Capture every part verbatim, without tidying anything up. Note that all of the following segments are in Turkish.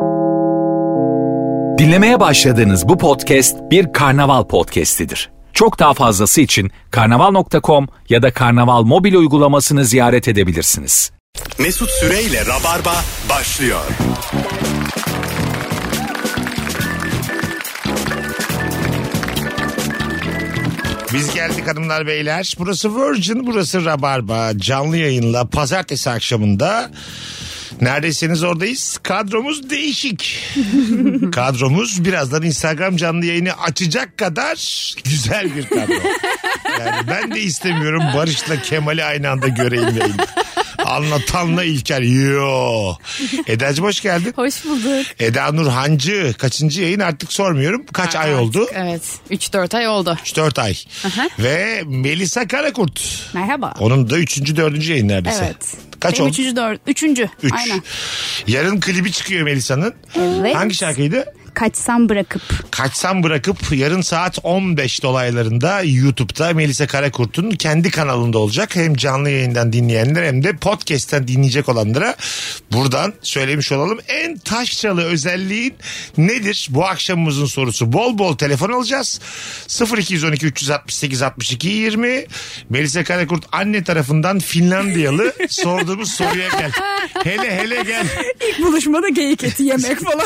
Dinlemeye başladığınız bu podcast bir karnaval podcastidir. Çok daha fazlası için karnaval nokta com ya da karnaval mobil uygulamasını ziyaret edebilirsiniz. Mesut Süreyle Rabarba başlıyor. Biz geldik hanımlar beyler. Burası Virgin, burası Rabarba. Canlı yayınla pazartesi akşamında neredeyseniz oradayız. Kadromuz değişik. Kadromuz birazdan Instagram canlı yayını açacak kadar güzel bir kadro. Yani ben de istemiyorum Barış'la Kemal'i aynı anda göreyim yayında. Anlatanla İlker. Yo. Eda'cığım hoş geldin. Hoş bulduk. Eda Nur Hancı kaçıncı yayın artık sormuyorum. Kaç ha, ay artık, oldu? Evet. üç dört ay oldu. üç dört ay. Aha. Ve Melisa Karakurt. Merhaba. Onun da üçüncü dördüncü yayın neredeyse. Evet. Kaç Benim oldu? üçüncü dört. Üçüncü. Üç. Aynen. Yarın klibi çıkıyor Melisa'nın. Evet. Hangi şarkıydı? Kaçsam bırakıp. Kaçsam bırakıp yarın saat on beş dolaylarında YouTube'da Melisa Karakurt'un kendi kanalında olacak. Hem canlı yayından dinleyenler hem de podcast'ten dinleyecek olanlara buradan söylemiş olalım. En taşralı özelliğin nedir? Bu akşamımızın sorusu. Bol bol telefon alacağız. sıfır iki on iki üç altı sekiz altmış iki yirmi. Melisa Karakurt anne tarafından Finlandiyalı. Sorduğumuz soruya gel. Hele hele gel. İlk buluşmada geyik eti yemek falan.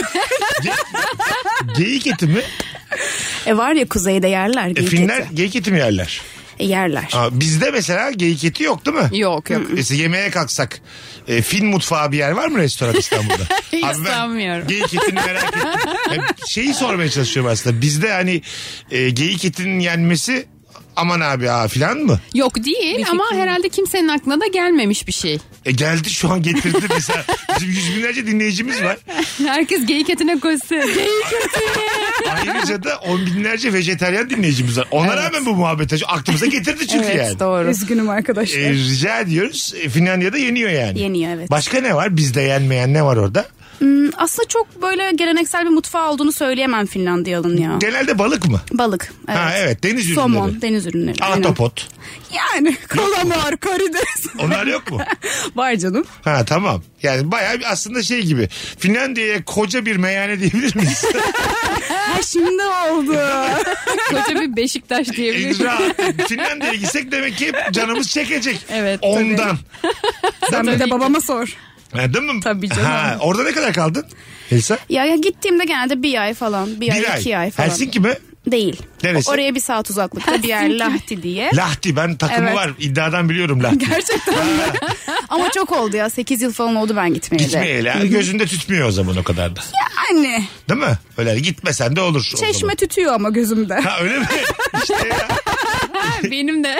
Geyik eti mi? E var ya kuzeyde yerler geyik e, Finler eti. geyik eti mi yerler? E, yerler. Aa, bizde mesela geyik eti yok değil mi? Yok yok. Mesela yemeğe kalksak e, Fin mutfağı bir yer var mı restoran İstanbul'da? Hiç Abi ben sanmıyorum. geyik etini merak ettim. Yani şeyi sormaya çalışıyorum aslında. Bizde hani e, geyik etinin yenmesi aman abi ha filan mı? Yok değil bir ama fikrim. herhalde kimsenin aklına da gelmemiş bir şey. E geldi şu an getirdi mesela. Bizim yüz binlerce dinleyicimiz var. Herkes geyik etine koşsun. Geyik eti. Ayrıca da on binlerce vejetaryen dinleyicimiz var. Ona Evet. rağmen bu muhabbete aklımıza getirdi çünkü Evet yani. doğru. Üzgünüm arkadaşlar. E, rica ediyoruz. E, Finlandiya'da yeniyor yani. Yeniyor evet. Başka ne var? Bizde yenmeyen ne var orada? Hmm, aslında çok böyle geleneksel bir mutfağı olduğunu söyleyemem Finlandiyalı'nın ya. Genelde balık mı? Balık. Evet. Ha evet, deniz ürünleri. Somon, deniz ürünleri. aynen. Ahtapot. Yani kalamar, karides. Onlar yok mu? Var canım. Ha tamam. Yani bayağı bir aslında şey gibi. Finlandiya'ya koca bir meyhane diyebilir miyiz? Ha şimdi oldu. Koca bir Beşiktaş diyebiliriz. Rahat. Finlandiya'ya gitsek demek ki canımız çekecek. Evet, ondan. Sen bir de babama sor. Ha, değil mi? Tabii canım. Ha, orada ne kadar kaldın Elsa? Ya, ya gittiğimde genelde bir ay falan. Bir, Bir ay, ay. iki ay falan. Helsinki mi? Değil. Neresi? Oraya bir saat uzaklıkta bir yer Lahti diye. Lahti, ben takımı Evet. var. İddiadan biliyorum Lahti. Gerçekten mi? Ama çok oldu ya. sekiz yıl falan oldu ben gitmeyeli. Gitmeyeli. ha. Gözünde tütmüyor o zaman o kadar da. Yani. Değil mi? Öyle gitmesen de olur. o Çeşme zaman. tütüyor ama gözümde. Ha öyle mi? İşte ya. Benim de.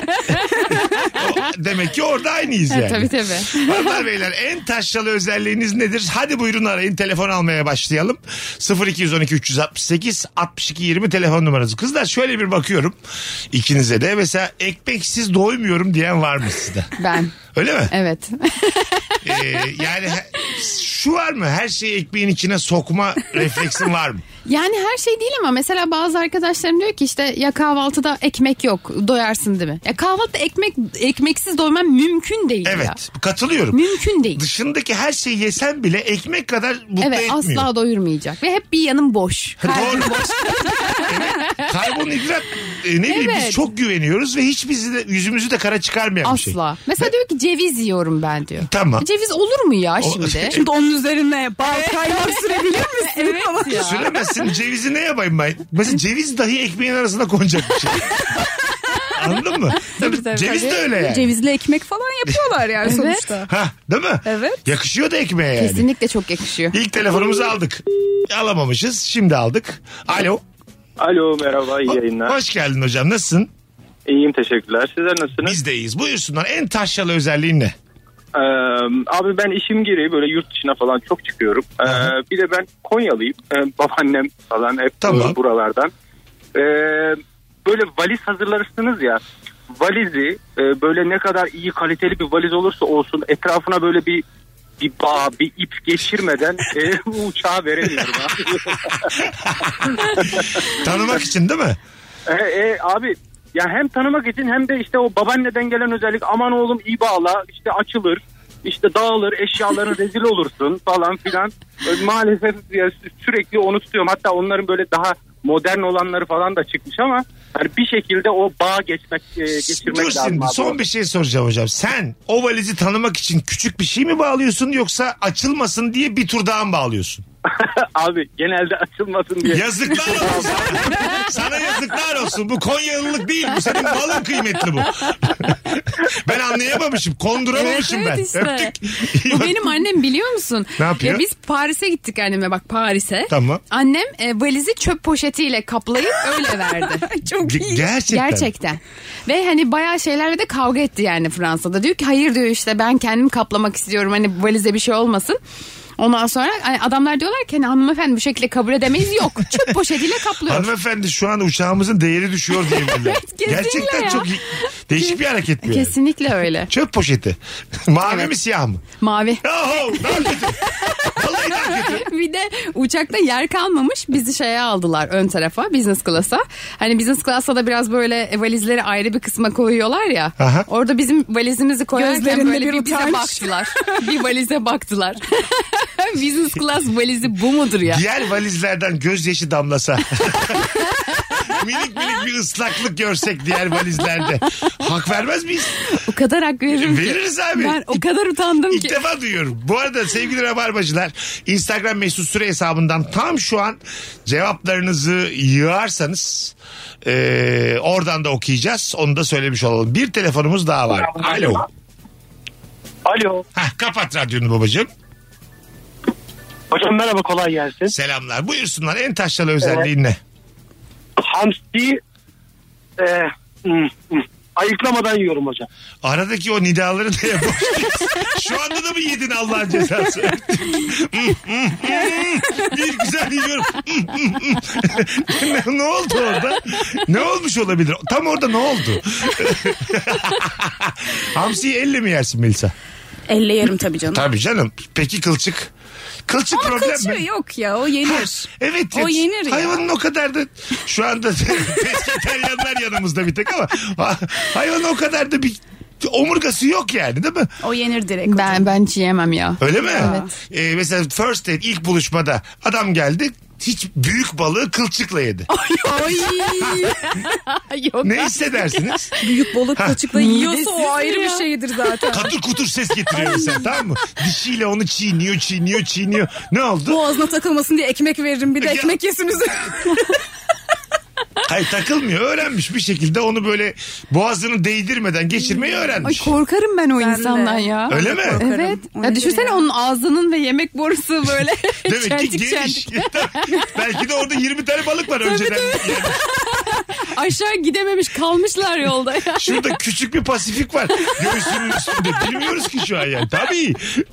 O- Demek ki orada aynıyız yani. Tabii tabii. Hanımlar beyler, en taşralı özelliğiniz nedir? Hadi buyurun arayın, telefon almaya başlayalım. sıfır iki on iki üç altı sekiz altmış iki yirmi telefon numarası. Kızlar şöyle bir bakıyorum ikinize de. Mesela ekmeksiz doymuyorum diyen var mı sizde? Ben. Öyle mi? Evet. Ee, yani he- şu var mı? Her şeyi ekmeğin içine sokma refleksin var mı? Yani her şey değil ama mesela bazı arkadaşlarım diyor ki işte ya kahvaltıda ekmek yok doyarsın değil mi? Ya kahvaltıda ekmek ekmeksiz doymam mümkün değil Evet, ya. katılıyorum. Mümkün değil. Dışındaki her şeyi yesen bile ekmek kadar mutlu Evet etmiyor. asla doyurmayacak ve hep bir yanım boş. Doğru. Evet, karbonhidrat e, ne bileyim biz Evet. çok güveniyoruz ve hiç bizi de yüzümüzü de kara çıkarmayan bir şey. Asla. Mesela diyor ki ceviz yiyorum ben diyor. Tamam. Ceviz olur mu ya O- şimdi? Şimdi onun üzerine bal kaymak sürebilir misin? Evet ya. Süremezsin, cevizi ne yapayım ben? Mesela ceviz dahi ekmeğin arasına konacak bir şey. Anladın mı? Tabii, tabii. Ceviz de öyle yani. Cevizli ekmek falan yapıyorlar yani Evet. sonuçta. Ha, değil mi? Evet. Yakışıyor da ekmeğe yani. Kesinlikle çok yakışıyor. İlk telefonumuzu aldık. Alamamışız. Şimdi aldık. Alo. Alo merhaba iyi yayınlar. Hoş geldin hocam. Nasılsın? İyiyim teşekkürler. Sizler nasılsınız? Biz de iyiyiz. Buyursunlar. En taşralı özelliğin ne? Ee, abi ben işim gereği böyle yurt dışına falan çok çıkıyorum. Ee, Aha. bir de ben Konyalıyım. Ee, babaannem falan hep Tamam. buralardan. Ee, böyle valiz hazırlarsınız ya. Valizi e, böyle ne kadar iyi kaliteli bir valiz olursa olsun etrafına böyle bir bir bağ, bir ip geçirmeden e, uçağa veremiyorum abi. Tanımak için değil mi? E, e, abi ya hem tanımak için hem de işte o babaanneden gelen özellik aman oğlum iyi bağla işte açılır. İşte dağılır, eşyaların rezil olursun falan filan. Böyle maalesef ya, sürekli onu tutuyorum. Hatta onların böyle daha modern olanları falan da çıkmış ama hani bir şekilde o bağa geçmek e, geçirmek Dur lazım. şimdi abi. son bir şey soracağım hocam. Sen o valizi tanımak için küçük bir şey mi bağlıyorsun yoksa açılmasın diye bir tur daha mı bağlıyorsun? Abi genelde açılmasın diye. Yazıklar olsun sana. Sana yazıklar olsun. Bu Konyalılık değil. Bu senin malın kıymetli bu. Ben anlayamamışım. Konduramamışım Evet, ben. evet işte. Öptük. Bu benim annem biliyor musun? Ne yapıyor? Ya biz Paris'e gittik anneme bak Paris'e. Tamam. Annem e, valizi çöp poşetiyle kaplayıp öyle verdi. Çok Ge- iyi. Gerçekten. Gerçekten. Ve hani bayağı şeylerle de kavga etti yani Fransa'da. Diyor ki hayır diyor işte ben kendim kaplamak istiyorum hani valize bir şey olmasın. Ondan sonra hani adamlar diyorlar ki hani hanımefendi bu şekilde kabul edemeyiz. Yok çöp poşetiyle kaplıyor. Hanımefendi şu an uçağımızın değeri düşüyor diyebilirler. kesinlikle Gerçekten ya. çok iyi- değişik bir hareket bu yani. Kesinlikle öyle. Çöp poşeti. Mavi Evet. mi siyah mı? Mavi. Oho, daha kötü. Vallahi daha kötü. Bir de uçakta yer kalmamış bizi şeye aldılar ön tarafa business class'a. Hani business class'ta da biraz böyle valizleri ayrı bir kısma koyuyorlar ya. Aha. Orada bizim valizimizi koyarken Gözlerinde böyle bir bir bize utanç. baktılar. Bir valize baktılar. Business class valizi bu mudur ya? Diğer valizlerden gözyaşı damlasa. minik minik bir ıslaklık görsek diğer valizlerde. Hak vermez miyiz? O kadar hak veririm ki. Veririz abi. Ben o kadar utandım İlk ki. defa duyuyorum. Bu arada sevgili Rabarbacılar Instagram mesut süre hesabından tam şu an cevaplarınızı yığarsanız e, oradan da okuyacağız. Onu da söylemiş olalım. Bir telefonumuz daha var. Alo. Alo. Heh, kapat radyonu babacığım. Hocam merhaba, kolay gelsin. Selamlar. Buyursunlar. En taşralı özelliğin ne? Hamsi e, hmm, hmm, ayıklamadan yiyorum hocam. Aradaki o nidaları da yapalım. Şu anda da mı yedin Allah'ın cezası? Bir güzel yiyorum. ne, ne oldu orada? Ne olmuş olabilir? Tam orada ne oldu? Hamsiyi elle mi yersin Melisa? Elle yerim tabii canım. Tabii canım. Peki kılçık? Kılçık Ama problem kılçığı mi? yok ya, o yenir. Evet. O yenir ya. Hayvanın o kadar da şu anda pesketeryanlar yanımızda bir tek ama hayvanın o kadar da bir omurgası yok yani değil mi? O yenir direkt hocam. Ben ben hiç yiyemem ya. Öyle mi? Ee, mesela first date ilk buluşmada adam geldi hiç büyük balığı kılçıkla yedi. Yok. Ne hissedersiniz? Büyük balık kılçıkla yiyorsa Midesiz o ayrı ya. bir şeydir zaten. Katur kutur ses getiriyor mesela tamam mı? Dişiyle onu çiğniyor çiğniyor çiğniyor. Ne oldu? Boğazına takılmasın diye ekmek veririm, bir de Ya. ekmek yesin üzerine. Hayır takılmıyor. Öğrenmiş bir şekilde onu böyle boğazını değdirmeden geçirmeyi Ay öğrenmiş. korkarım ben o Ben de. insandan ya. Öyle mi? Evet. O Ya nedir düşünsene ya? onun ağzının ve yemek borusu böyle Demek ki çentik geniş. çentik. Belki de orada yirmi tane balık var önceden. Yani Aşağı gidememiş kalmışlar yolda ya. şurada küçük bir Pasifik var. Göğsünün üstünde. Bilmiyoruz ki şu an yani. Tabii.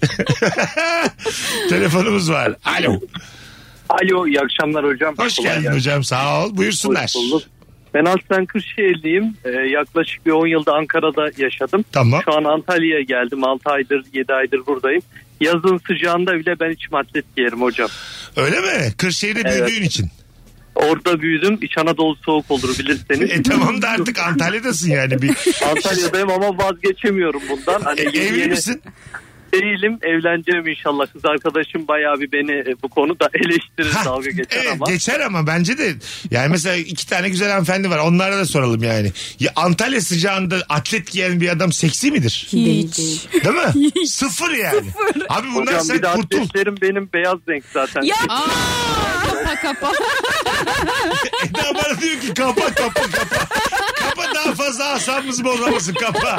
Telefonumuz var. Alo. Alo, iyi akşamlar hocam. Hoş Kolay geldin gelsin. hocam. Sağ ol. Buyursunlar. Hoş bulduk. Ben aslen Kırşehirliyim. Ee, yaklaşık bir on yılda Ankara'da yaşadım. Tamam. Şu an Antalya'ya geldim. altı aydır yedi aydır buradayım. Yazın sıcağında bile ben içim atlet giyerim hocam. Öyle mi? Kırşehir'de Evet. büyüdüğün için. Orada büyüdüm. İç Anadolu soğuk olur bilirseniz. E tamam da artık Antalya'dasın yani. Bir... Antalya'dayım ama vazgeçemiyorum bundan. Hani E, yeni evli yeni misin? değilim. Evleneceğim inşallah. Kız arkadaşım bayağı bir beni e, bu konuda eleştirir, Ha, dalga geçer evet, ama. geçer ama bence de yani mesela iki tane güzel hanımefendi var onlara da soralım yani. Ya Antalya sıcağında atlet giyen bir adam seksi midir? Hiç. Değil mi? Sıfır yani. Abi bunlar Hocam sen bir de kurtul. atletlerim benim beyaz renk zaten. Ya Aa, kapa kapa. Eda bana diyor ki kapa kapa kapa. Kapa daha fazla asabımızı bozamasın kapa.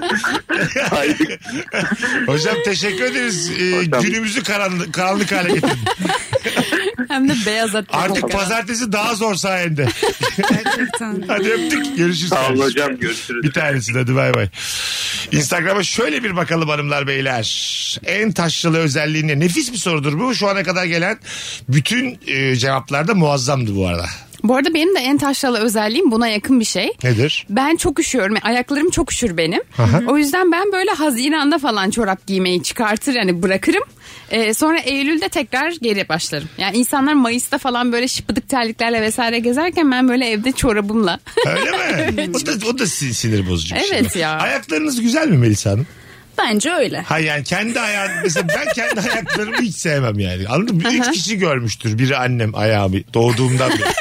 Hocam teşekkür ederiz. Ee, Hocam. günümüzü karanlık, karanlık hale getirdin. Hem de beyaz atlet. Artık pazartesi daha zor sayende. gerçekten. Hadi öptük. Görüşürüz. Sağ olun kardeşim. hocam, görüşürüz. Bir tanesini hadi bay bay. Instagram'a şöyle bir bakalım hanımlar beyler. En taşralı özelliği ne? Nefis bir sorudur bu. Şu ana kadar gelen bütün e, cevaplarda muazzamdı bu arada. Bu arada benim de en taşralı özelliğim buna yakın bir şey. Nedir? Ben çok üşüyorum. Yani ayaklarım çok üşür benim. Aha. O yüzden ben böyle Haziran'da falan çorap giymeyi çıkartır yani bırakırım. Ee, sonra Eylül'de tekrar geri başlarım. Yani insanlar Mayıs'ta falan böyle şıpıdık terliklerle vesaire gezerken ben böyle evde çorabımla. Öyle mi? O da, o da sin- sinir bozucu bir şey. Evet ya. Ayaklarınız güzel mi Melisa Hanım? Bence öyle. Ha yani kendi ayağın mesela ben kendi ayaklarımı hiç sevmem yani. Anladın mı? Üç kişi görmüştür. Biri annem ayağımı doğduğumdan beri.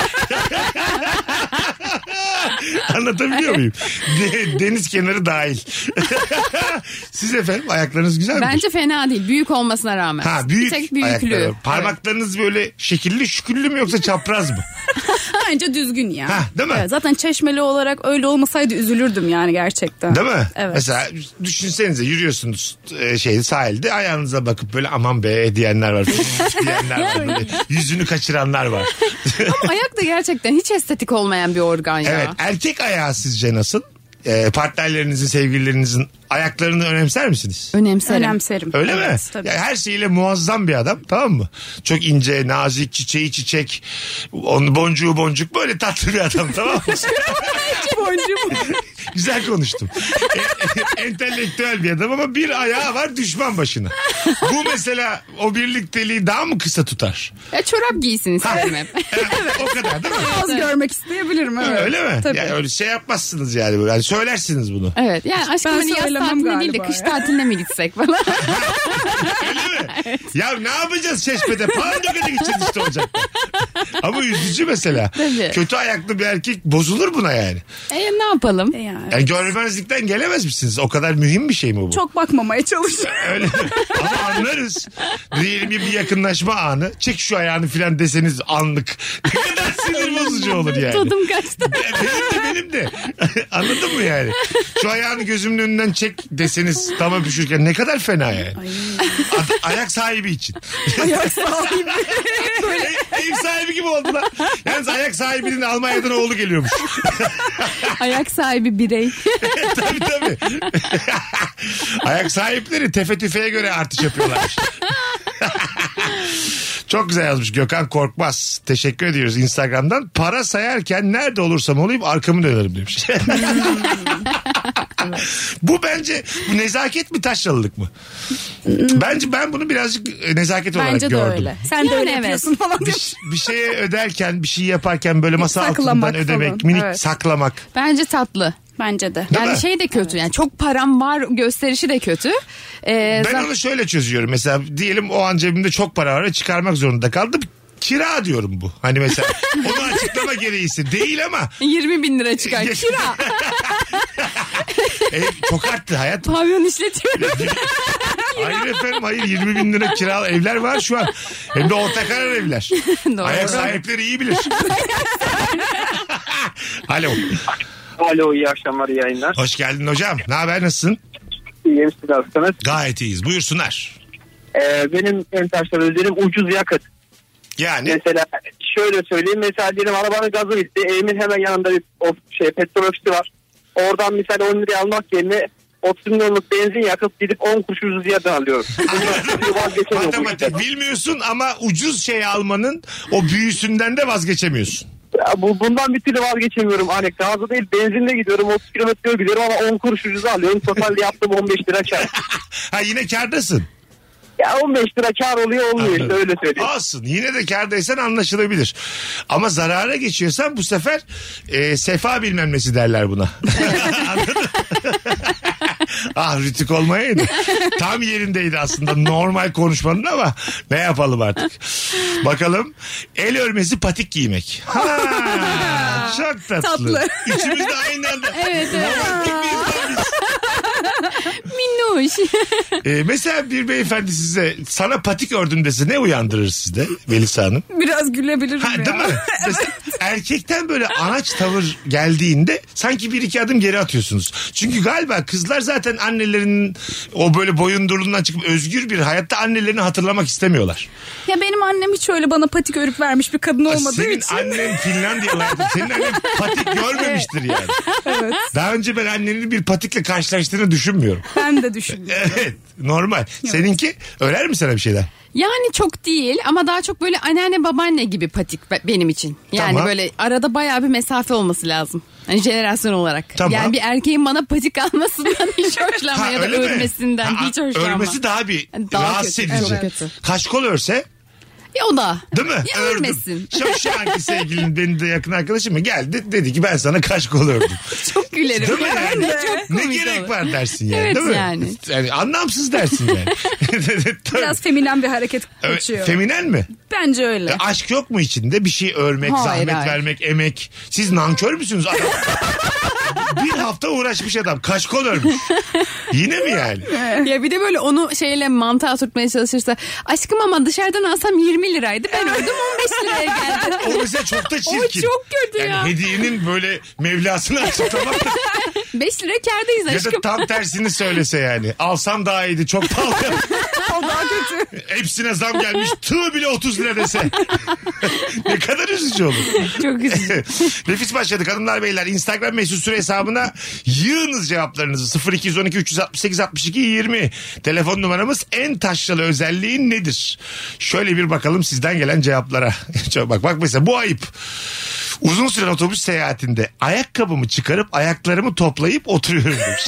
Anlatabiliyor muyum? De- deniz kenarı dahil. Siz efendim ayaklarınız güzel mi? Bence fena değil. Büyük olmasına rağmen. Ha büyük Bir tek büyüklüğü. ayakları. Parmaklarınız evet. Böyle şekilli şüküllü mü yoksa çapraz mı? Bence düzgün ya. Ha, değil mi? Evet, zaten çeşmeli olarak öyle olmasaydı üzülürdüm yani gerçekten. Değil mi? Evet. Mesela düşünsenize yürüyorsunuz e, şey sahilde ayağınıza bakıp böyle aman be diyenler var. diyenler var böyle. Yüzünü kaçıranlar var. Ama ayak da gerçekten hiç estetik olmayan bir organ ya. Evet. Erkek ayağı sizce nasıl? E, partnerlerinizin, sevgililerinizin ayaklarını önemser misiniz? Önemserim. Önemserim. Öyle evet, mi? Tabii. Yani her şeyiyle muazzam bir adam, tamam mı? Çok ince, nazik, çiçeği çiçek, onun boncuğu boncuk, böyle tatlı bir adam, tamam mı? Boncuğu. Güzel konuştum. E, entelektüel bir adam ama bir ayağı var düşman başına. Bu mesela o birlikteliği daha mı kısa tutar? Ya çorap giysin isterim hep. Evet, o kadar değil mi? Az görmek isteyebilirim. Evet. Öyle mi? Tabii. Yani öyle şey yapmazsınız yani. Böyle. Yani söylersiniz bunu. Evet yani aşkım Ben hani yaz söylemem tatiline değil de galiba kış ya. tatiline mi gitsek falan. Öyle mi? Evet. Ya ne yapacağız Çeşme'de? Palandöken'e gideceğiz işte Ocak'ta. Ama üzücü mesela. Tabii. Kötü ayaklı bir erkek bozulur buna yani. E ne yapalım? E yani. Yani görmezlikten gelemez misiniz? O kadar mühim bir şey mi bu? Çok bakmamaya çalışıyorum. Öyle mi? Ama anlarız. Diyelim bir yakınlaşma anı. Çek şu ayağını filan deseniz anlık. Ne kadar sinir bozucu olur yani. Tadım kaçtı. Benim de benim de. Anladın mı yani? Şu ayağını gözümün önünden çek deseniz tam öpüşürken ne kadar fena yani. A- ayak sahibi için. Ayak sahibi. Böyle ev sahibi gibi oldu lan. Yalnız ayak sahibinin Almanya'dan oğlu geliyormuş. Ayak sahibi birey. Tabii tabii. Ayak sahipleri tefe tüfeğe göre artış yapıyorlar. Çok güzel yazmış Gökhan Korkmaz. Teşekkür ediyoruz Instagram'dan. Para sayarken nerede olursam olayım arkamı dönerim demiş. Bu bence bu nezaket mi taşralılık mı? Bence ben bunu birazcık nezaket olarak Bence de gördüm. öyle. Sen de Yani öyle evet. yapıyorsun falan diyor. Bir, bir şeye öderken bir şey yaparken böyle masa Saklamak altından ödemek falan. minik Evet. saklamak. Bence tatlı. Bence de. Değil Yani mi? şey de kötü yani çok param var gösterişi de kötü. Ee, Ben zam- onu şöyle çözüyorum. Mesela diyelim o an cebimde çok para var ve çıkarmak zorunda kaldım. Kira diyorum bu. Hani mesela onu açıklama gereğisi değil ama yirmi bin lira çıkar. Kira. e, çok arttı hayat. Pavyon işletiyorum. Hayır efendim hayır yirmi bin lira kiralı evler var şu an. Hem de orta karar evler. Doğru. Ayak sahipleri iyi bilir. Alo. Alo, iyi akşamlar, iyi yayınlar. Hoş geldin hocam. Ne haber, nasılsın? İyiyim, siz nasılsınız? Gayet iyiyiz. Buyursunlar. Ee, benim en taşlar özelim ucuz yakıt. Yani Mesela şöyle söyleyeyim, mesela diyelim arabanın gazı bitti. Evimin hemen yanında bir of, şey, petrol ofisi var. Oradan mesela on liraya almak yerine otuz milyonluk benzin yakıp gidip on kuruş ucuz yerden alıyorum. matematik bilmiyorsun ama ucuz şey almanın o büyüsünden de vazgeçemiyorsun. Ya bu, bundan bir türlü vazgeçemiyorum. Hani gazı değil benzinle gidiyorum, otuz kilometre gidiyorum ama on kuruş ucuza alıyorum. Totalde yaptım on beş lira kar. Ha yine kârdasın. Ya on beş lira kar oluyor olmuyor işte, öyle söyleyeyim. Olsun yine de kârdaysan anlaşılabilir. Ama zarara geçiyorsan bu sefer e, sefa bilmem nesi derler buna. Anladın mı? Ah rütük olmayaydı. Tam yerindeydi aslında normal konuşmanın ama ne yapalım artık. Bakalım el örmesi patik giymek. Ha, çok tatlı. Tatlı. Üçümüz de aynı anda. Evet, evet. Romantik miyiz lan biz? Minnoş. Ee, mesela bir beyefendi size sana patik ördüm dese ne uyandırır sizde Melisa Hanım? Biraz gülebilirim Ha, ya. değil mi? Mesela erkekten böyle anaç tavır geldiğinde sanki bir iki adım geri atıyorsunuz. Çünkü galiba kızlar zaten annelerinin o böyle boyundurluğundan çıkıp özgür bir hayatta annelerini hatırlamak istemiyorlar. Ya benim annem hiç öyle bana patik örüp vermiş bir kadın olmadığı Senin için. annen Finlandiyalılardır. Senin annen patik görmemiştir yani. Evet. Daha önce ben annenin bir patikle karşılaştığını düşünmüyorum. Ben de düşünüyorum. Evet normal. Seninki örer mi sana bir şeyler? Yani çok değil ama daha çok böyle anneanne babaanne gibi patik be- benim için. Yani Tamam. böyle arada bayağı bir mesafe olması lazım. Yani jenerasyon olarak. Tamam. Yani bir erkeğin bana patik almasından hiç hoşlanmam ya da öyle mi? örmesinden Ha, hiç hoşlanmam. Örmesi daha bir Daha rahatsız kötü, edici. çok kötü. Kaşkol örse Ya o da. Değil mi? Ya Ördüm. örmesin. Şu, şu anki sevgilin benim de yakın arkadaşım mı geldi dedi ki ben sana kaşkol ördüm. Çok gülerim. Değil mi Ya, yani? ne çok Ne komik gerek olur. var dersin yani, Evet değil mi? yani. Yani anlamsız dersin yani. Tabii. Biraz feminen bir hareket Evet, kaçıyor. feminen mi? Bence öyle. E, aşk yok mu içinde? Bir şey örmek, Hayır, zahmet hayır. vermek, emek. Siz nankör müsünüz? Adam, bir hafta uğraşmış adam. Kaşkol örmüş. Yine mi yani? Ya bir de böyle onu şeyle mantığa oturtmaya çalışırsa aşkım ama dışarıdan alsam yirmi liraydı ben ördüm on beş liraya geldi. O mesela çok da çirkin. O çok kötü yani ya. hediyenin böyle mevlasını açıklamak da beş lira kârdayız ya da aşkım. tam tersini söylese yani. Alsam daha iyiydi çok pahalı. O daha kötü. Hepsine zam gelmiş. Tığ bile otuz lira dese. Ne kadar üzücü olur. Çok üzücü. Nefis başladık hanımlar beyler. Instagram mesut süre hesabına yığınız cevaplarınızı. sıfır iki on iki üç altı sekiz altmış iki yirmi. Telefon numaramız. En taşralı özelliğin nedir? Şöyle bir bakalım sizden gelen cevaplara. Bak bak mesela bu ayıp. Uzun süren otobüs seyahatinde ayakkabımı çıkarıp ayaklarımı toplayıp oturuyorum demiş.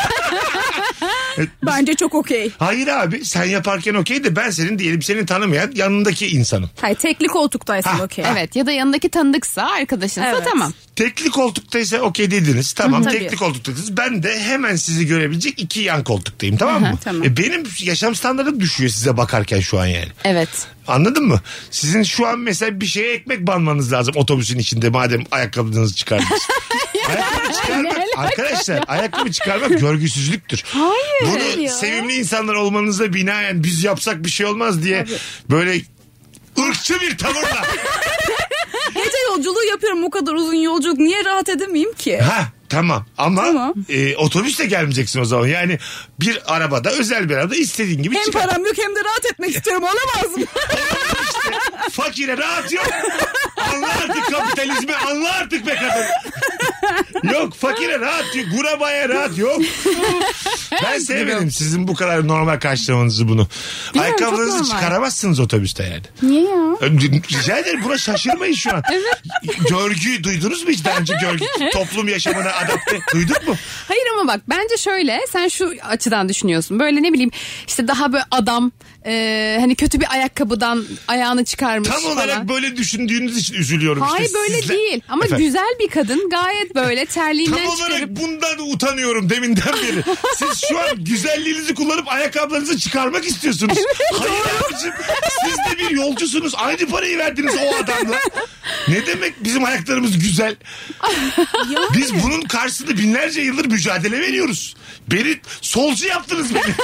Bence çok okey. Hayır abi sen yaparken okey de ben senin diyelim seni tanımayan yanındaki insanım. Hayır, tekli koltuktaysın Ha, okey. Evet ya da yanındaki tanıdıksa arkadaşınsa Evet. tamam. Tekli koltuktaysa okey dediniz. Tamam Hı hı. tekli Tabii. koltuktasınız. Ben de hemen sizi görebilecek iki yan koltuktayım tamam mı? Tamam. E benim yaşam standartım düşüyor size bakarken şu an yani. Evet. Anladın mı? Sizin şu an mesela bir şeye ekmek banmanız lazım otobüsün içinde madem ayakkabınızı çıkardınız. Ayakkabı çıkarmak arkadaşlar ayakkabı çıkarmak görgüsüzlüktür. Hayır. Bunu ya. sevimli insanlar olmanıza binaen biz yapsak bir şey olmaz diye böyle ırkçı bir tavırla. Gece yolculuğu yapıyorum, o kadar uzun yolculuk. Niye rahat edemeyeyim ki? Ha tamam ama Tamam. E, otobüsle gelmeyeceksin o zaman. Yani bir arabada özel bir arabada istediğin gibi Hem çıkar. param yok hem de rahat etmek istiyorum. Olamaz mı? İşte fakire rahat yok. Anla artık kapitalizmi anla artık be kadın. Yok fakire rahat yok. Gurabaya rahat yok. Ben sevmedim sizin bu kadar normal karşılamanızı bunu. çok Ayakkabılarınızı normal. çıkaramazsınız otobüste yani. Niye ya? Rica ederim buna şaşırmayın şu an. Görgüyü duydunuz mu hiç daha önce görgü? Toplum yaşamına adapte duyduk mu? Hayır ama bak bence şöyle sen şu açıdan düşünüyorsun. Böyle ne bileyim işte daha böyle adam e, hani kötü bir ayakkabıdan ayağını çıkarmış Tam falan. olarak böyle düşündüğünüz için üzülüyorum. Hayır işte böyle sizle. değil ama Efendim? güzel bir kadın gayet böyle terliğinden Tam olarak çıkarıp. bundan utanıyorum deminden beri. Siz şu an güzelliğinizi kullanıp ayakkabılarınızı çıkarmak istiyorsunuz. Hayır abicim. Siz de bir yolcusunuz. Aynı parayı verdiniz o adamla. Ne demek bizim ayaklarımız güzel? Biz bunun karşısında binlerce yıldır mücadele veriyoruz. Beni solcu yaptınız beni.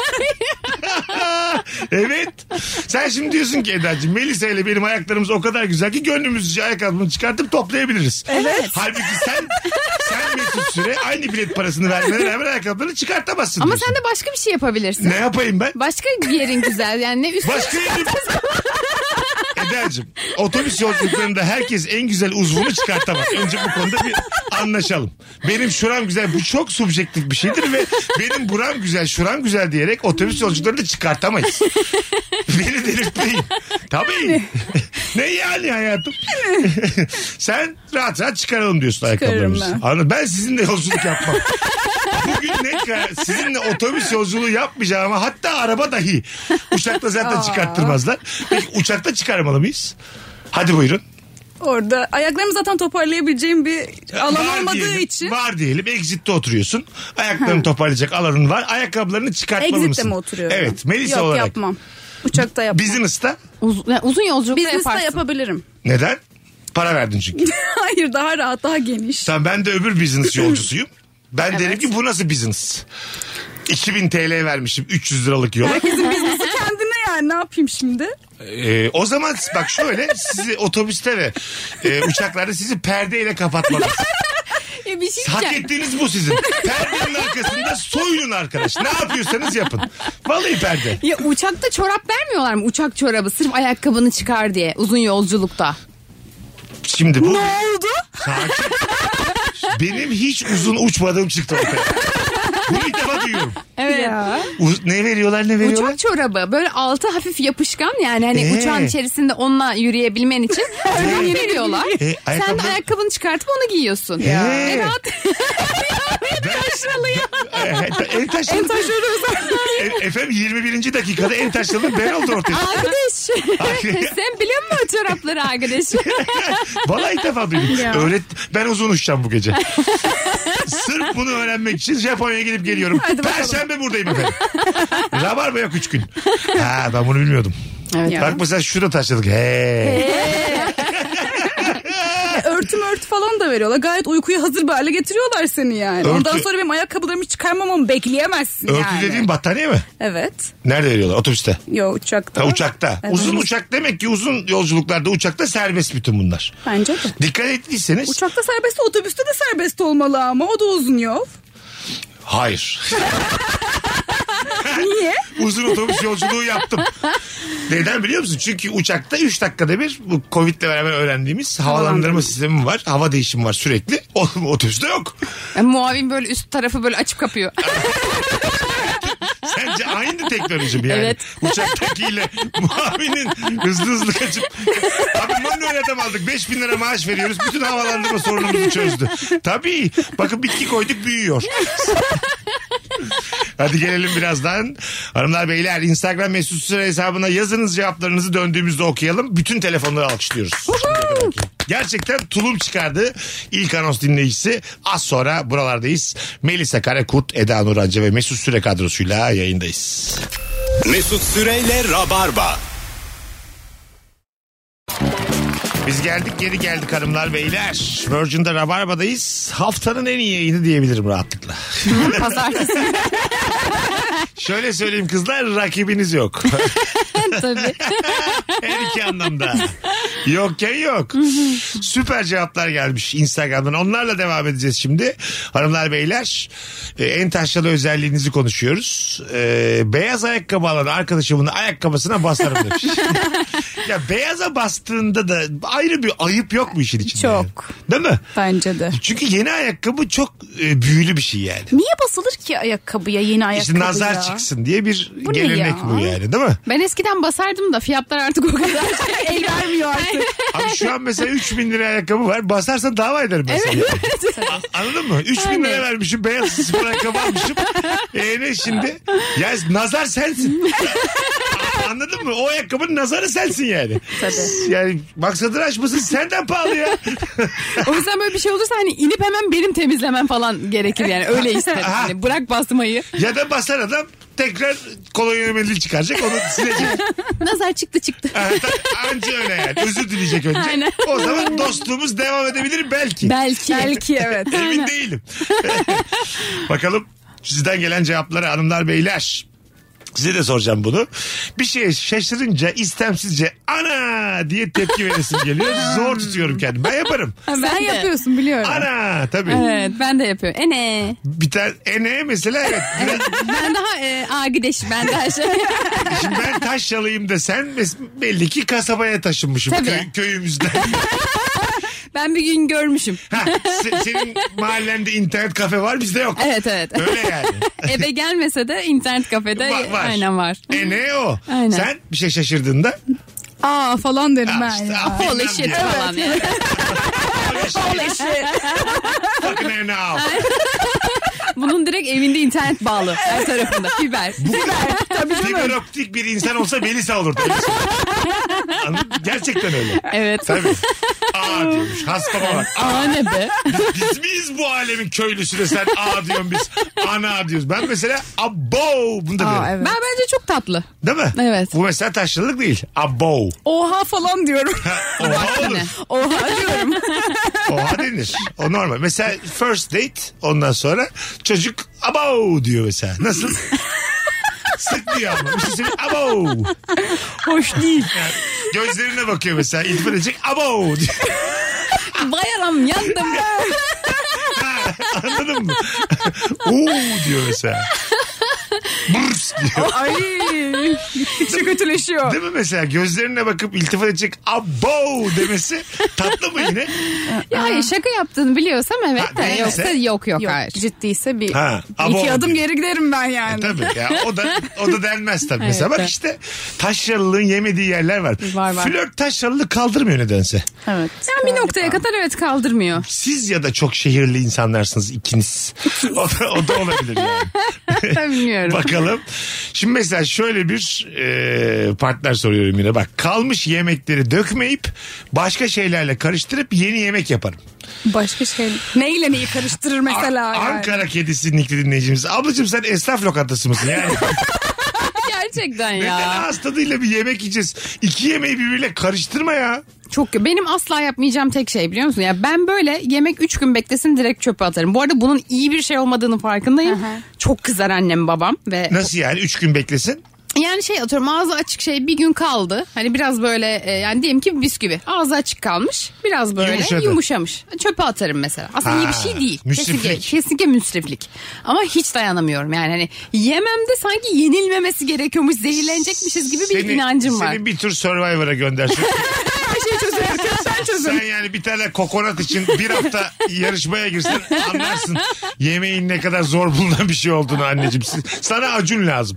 Evet. Sen şimdi diyorsun ki Eda'cığım Melisa ile benim ayaklarımız o kadar güzel ki gönlümüzce ayakkabını çıkartıp toplayabiliriz. Evet. Halbuki sen sen Mesut Süre aynı bilet parasını vermene rağmen ayakkabılarını çıkartamazsın Ama diyorsun. sen de başka bir şey yapabilirsin. Ne yapayım ben? Başka bir yerin güzel yani ne üstüne Başka yerim. Eda'cığım otobüs yolculuklarında herkes en güzel uzvunu çıkartamaz. Önce bu konuda bir anlaşalım. Benim şuram güzel bu çok subjektif bir şeydir ve benim buram güzel şuram güzel diyerek otobüs yolculuklarında çıkartamayız. Beni delirtmeyin. Tabii. Ne yani hayatım? Sen rahat rahat çıkaralım diyorsun ayakkabılarımızı. ben. Anladın? Ben sizinle yolculuk yapmam. Bugün ne kadar sizinle otobüs yolculuğu yapmayacağım ama hatta araba dahi. Uçakta zaten çıkarttırmazlar. Peki uçakta çıkarmalı mıyız? Hadi buyurun. Orada ayaklarımı zaten toparlayabileceğim bir alan Var olmadığı diyelim, için. Var diyelim. Exit'te oturuyorsun. Ayaklarını toparlayacak alanın var. Ayakkabılarını çıkartmalı Exit'te mısın? mi oturuyorum? Evet. Melisa Yok, olarak. yapmam. Uçakta yapmam. Business'ta. uzun, yani uzun yolculukta Business'ta yaparsın. yapabilirim. Neden? Para verdin çünkü. Hayır, daha rahat, daha geniş. Tamam ben de öbür business yolcusuyum. Ben derim ki bu nasıl business? iki bin T L vermişim üç yüz liralık yola. Herkesin biznesi kendine yani, ne yapayım şimdi? Ee, o zaman bak şöyle sizi otobüste ve e, uçaklarda sizi perdeyle kapatmalı. Ya bir şey Hak diyeceğim. ettiğiniz bu sizin. Perdenin arkasında soyunun arkadaş. Ne yapıyorsanız yapın. Vallahi perde. Ya uçakta çorap vermiyorlar mı? Uçak çorabı sırf ayakkabını çıkar diye uzun yolculukta. Şimdi bu... Ne oldu? Sakin. Benim hiç uzun uçmadığım çıktı ortaya. Bunu ilk defa duyuyorum. Evet. Ya. U- ne veriyorlar ne veriyorlar? Uçak çorabı böyle altı hafif yapışkan yani hani Ee? uçağın içerisinde onunla yürüyebilmen için önlüğünü veriyorlar. E, Sen de ayakkabı- ayakkabını çıkartıp onu giyiyorsun. Ya. E, rahat. Taşralı ya. En taşralı. En taşralı E, efendim yirmi birinci dakikada en taşralı ben oldu ortaya. Arkadaş. Sen biliyor musun o çorapları arkadaş? Vallahi ilk defa duydum. Ya. Öğret, ben uzun uçacağım bu gece. Sırf bunu öğrenmek için Japonya'ya gidip geliyorum. Perşembe buradayım efendim. Rabarba yok üç gün. Ha, ben bunu bilmiyordum. Evet. Bak mesela şurada taşladık. He. Örtü örtü falan da veriyorlar. Gayet uykuya hazır bir hale getiriyorlar seni yani. Örtü- Ondan sonra benim ayakkabılarımı çıkarmamamı bekleyemezsin Örtü yani. dediğin battaniye mi? Evet. Nerede veriyorlar? Otobüste. Yo uçakta. Ha, uçakta. Evet. Uzun uçak demek ki uzun yolculuklarda uçakta serbest bütün bunlar. Bence de. Dikkat ettiyseniz. Uçakta serbest, otobüste de serbest olmalı ama o da uzun yol. Hayır. Niye? Uzun otobüs yolculuğu yaptım. Neden biliyor musun? Çünkü uçakta üç dakikada bir bu Covid'le beraber öğrendiğimiz havalandırma sistemi var. Hava değişimi var sürekli. O, otobüste yok. Yani muavin böyle üst tarafı böyle açıp kapıyor. Sence aynı teknoloji mi yani? Evet. Uçaktakiyle muavinin hızlı hızlı kaçıp abi manuel adam aldık beş bin lira maaş veriyoruz. Bütün havalandırma sorunumuzu çözdü. Tabii. Bakın bitki koyduk büyüyor. Hadi gelelim birazdan. Hanımlar beyler Instagram mesut süre hesabına yazınız cevaplarınızı döndüğümüzde okuyalım. Bütün telefonları alkışlıyoruz. Gerçekten tulum çıkardı. İlk anons dinleyicisi. Az sonra buralardayız. Melisa Karakurt, Eda Nurancı ve Mesut Süre kadrosuyla yayındayız. Mesut Süreyle Rabarba. Biz geldik geri geldik hanımlar beyler. Virgin'de Rabarba'dayız. Haftanın en iyi yayını diyebilirim rahatlıkla. Pazartesi. Şöyle söyleyeyim kızlar, rakibiniz yok. Tabii. Her iki anlamda. Yokken yok. Süper cevaplar gelmiş Instagram'dan. Onlarla devam edeceğiz şimdi. Hanımlar beyler e, en taşralı özelliğinizi konuşuyoruz. E, beyaz ayakkabı alan arkadaşımın ayakkabısına basarım demiş. Ya beyaza bastığında da ayrı bir ayıp yok mu işin içinde? Çok. Yani? Değil mi? Bence de. Çünkü yeni ayakkabı çok e, büyülü bir şey yani. Niye basılır ki ayakkabıya, yeni ayakkabıya? İşte nazar çıksın diye bir Bu ne gelenek ya? bu yani, değil mi? Ben eskiden basardım da fiyatlar artık o kadar El vermiyor artık. Abi şu an mesela üç bin lira ayakkabı var. Basarsan dava ederim ben sana. A- Anladın mı? üç bin lira vermişim. Beyaz spor ayakkabı almışım. E ne şimdi? Ya nazar sensin. A- Anladın mı? O ayakkabının nazarı sensin yani. Tabii. Yani maksadını açmasın senden pahalı ya. O yüzden böyle bir şey olursa hani inip hemen benim temizlemem falan gerekir yani öyle isterim. Aha. Hani bırak basmayı. Ya da basar adam tekrar kolonya mendil çıkaracak, onu silecek. Nazar çıktı çıktı. Anca öyle yani. Özür dileyecek önce. Aynen. O zaman dostluğumuz devam edebilir belki. Belki. Belki evet. Emin değilim. Bakalım sizden gelen cevapları hanımlar beyler. Size de soracağım bunu. Bir şeye şaşırınca istemsizce ana diye tepki veresim geliyor. Zor tutuyorum kendimi. Ben yaparım. Ben Sen de. yapıyorsun biliyorum. Ana tabii. Evet ben de yapıyorum. Ene. Bir tane ene mesela evet. Biraz, Ben daha e, agideş ben daha şey. şimdi ben Taşralıyım da sen mes- belli ki kasabaya taşınmışım Tabii. köy- köyümüzden. Ben bir gün görmüşüm. Ha, se- senin mahallende internet kafe var, bizde yok. Evet evet. Öyle yani. Eve gelmese de internet kafede Var, var. aynen var. E ne o? Aynen. Sen bir şey şaşırdığında Aa falan derim Ha, ben işte, ya. aferin Holy lan shit diye. falan yani. Fucking hell now. Bunun direkt evinde internet bağlı her tarafında. Fiber. Fiber optik bir insan olsa Melisa olurdu. Öyle söyleyeyim. Anladın mı? Gerçekten öyle. Evet. Tabii. Aa diyormuş. Hastama bak. Aa, Aa ne be? biz miyiz bu alemin köylüsü de sen aa diyorsun, biz ana diyoruz. Ben mesela abo bunu da Aa, derim. evet. Ben bence çok tatlı. Değil mi? Evet. Bu mesela taşralılık değil. Abo. Oha falan diyorum. Oha olur. Oha diyorum. Oha denir. O normal. Mesela first date, ondan sonra çocuk abo diyor mesela. Nasıl? Sık diyor ama. Bir şey söyleyeyim. Abo. Hoş değil. Yani gözlerine bakıyor mesela. İltifat edecek. Abo diyor. Bayram yandım. Ha, anladın mı? Oo diyor mesela. Burs diyor. Ay Gittikçe kötüleşiyor. Değil mi mesela? Gözlerine bakıp iltifat edecek abo demesi tatlı mı yine? Ya hayır, şaka yaptığını biliyorsam evet Ha, de değilse- yoksa yok yok, Yok, hayır. ciddiyse bir Ha, abo iki adım diyor. geri giderim ben E, yani. tabii ya, o da o da denmez tabii. Mesela bak evet. işte taşralılığın yemediği yerler var. Var, var. Flört taşralılığı kaldırmıyor nedense. Evet. Yani bir noktaya kadar evet kaldırmıyor. Siz ya da çok şehirli insanlarsınız ikiniz. o, da, o da olabilir yani. Bilmiyorum. Bakalım. Şimdi mesela şöyle bir e, partner soruyorum yine. Bak, kalmış yemekleri dökmeyip başka şeylerle karıştırıp yeni yemek yaparım. Başka şey. Neyle neyi karıştırır mesela? A- yani? Ankara kedisi nikli dinleyicimiz. Ablacığım sen esnaf lokantası mısın? Yani Gerçekten neden ya. ağız tadıyla bir yemek yiyeceğiz? İki yemeği birbiriyle karıştırma ya. Çok benim asla yapmayacağım tek şey biliyor musun? Ya ben böyle yemek üç gün beklesin direkt çöpe atarım. Bu arada bunun iyi bir şey olmadığını farkındayım. Çok kızar annem babam ve Nasıl yani? Üç gün beklesin. yani şey atıyorum, ağzı açık şey bir gün kaldı. Hani biraz böyle e, yani diyelim ki bisküvi ağzı açık kalmış. Biraz böyle Yumuşadı. yumuşamış. Çöpe atarım mesela. Aslında Ha, iyi bir şey değil. müsriflik. Kesinlikle, kesinlikle müsriflik. Ama hiç dayanamıyorum. Yani hani yememde sanki yenilmemesi gerekiyormuş, zehirlenecekmişiz gibi bir Seni- inancım var. Seni bir tür Survivor'a göndersin. Her şeyi çözülürken sen çözün. Sen yani bir tane kokonat için bir hafta yarışmaya girsen anlarsın yemeğin ne kadar zor bulunan bir şey olduğunu anneciğim. Sana Acun lazım.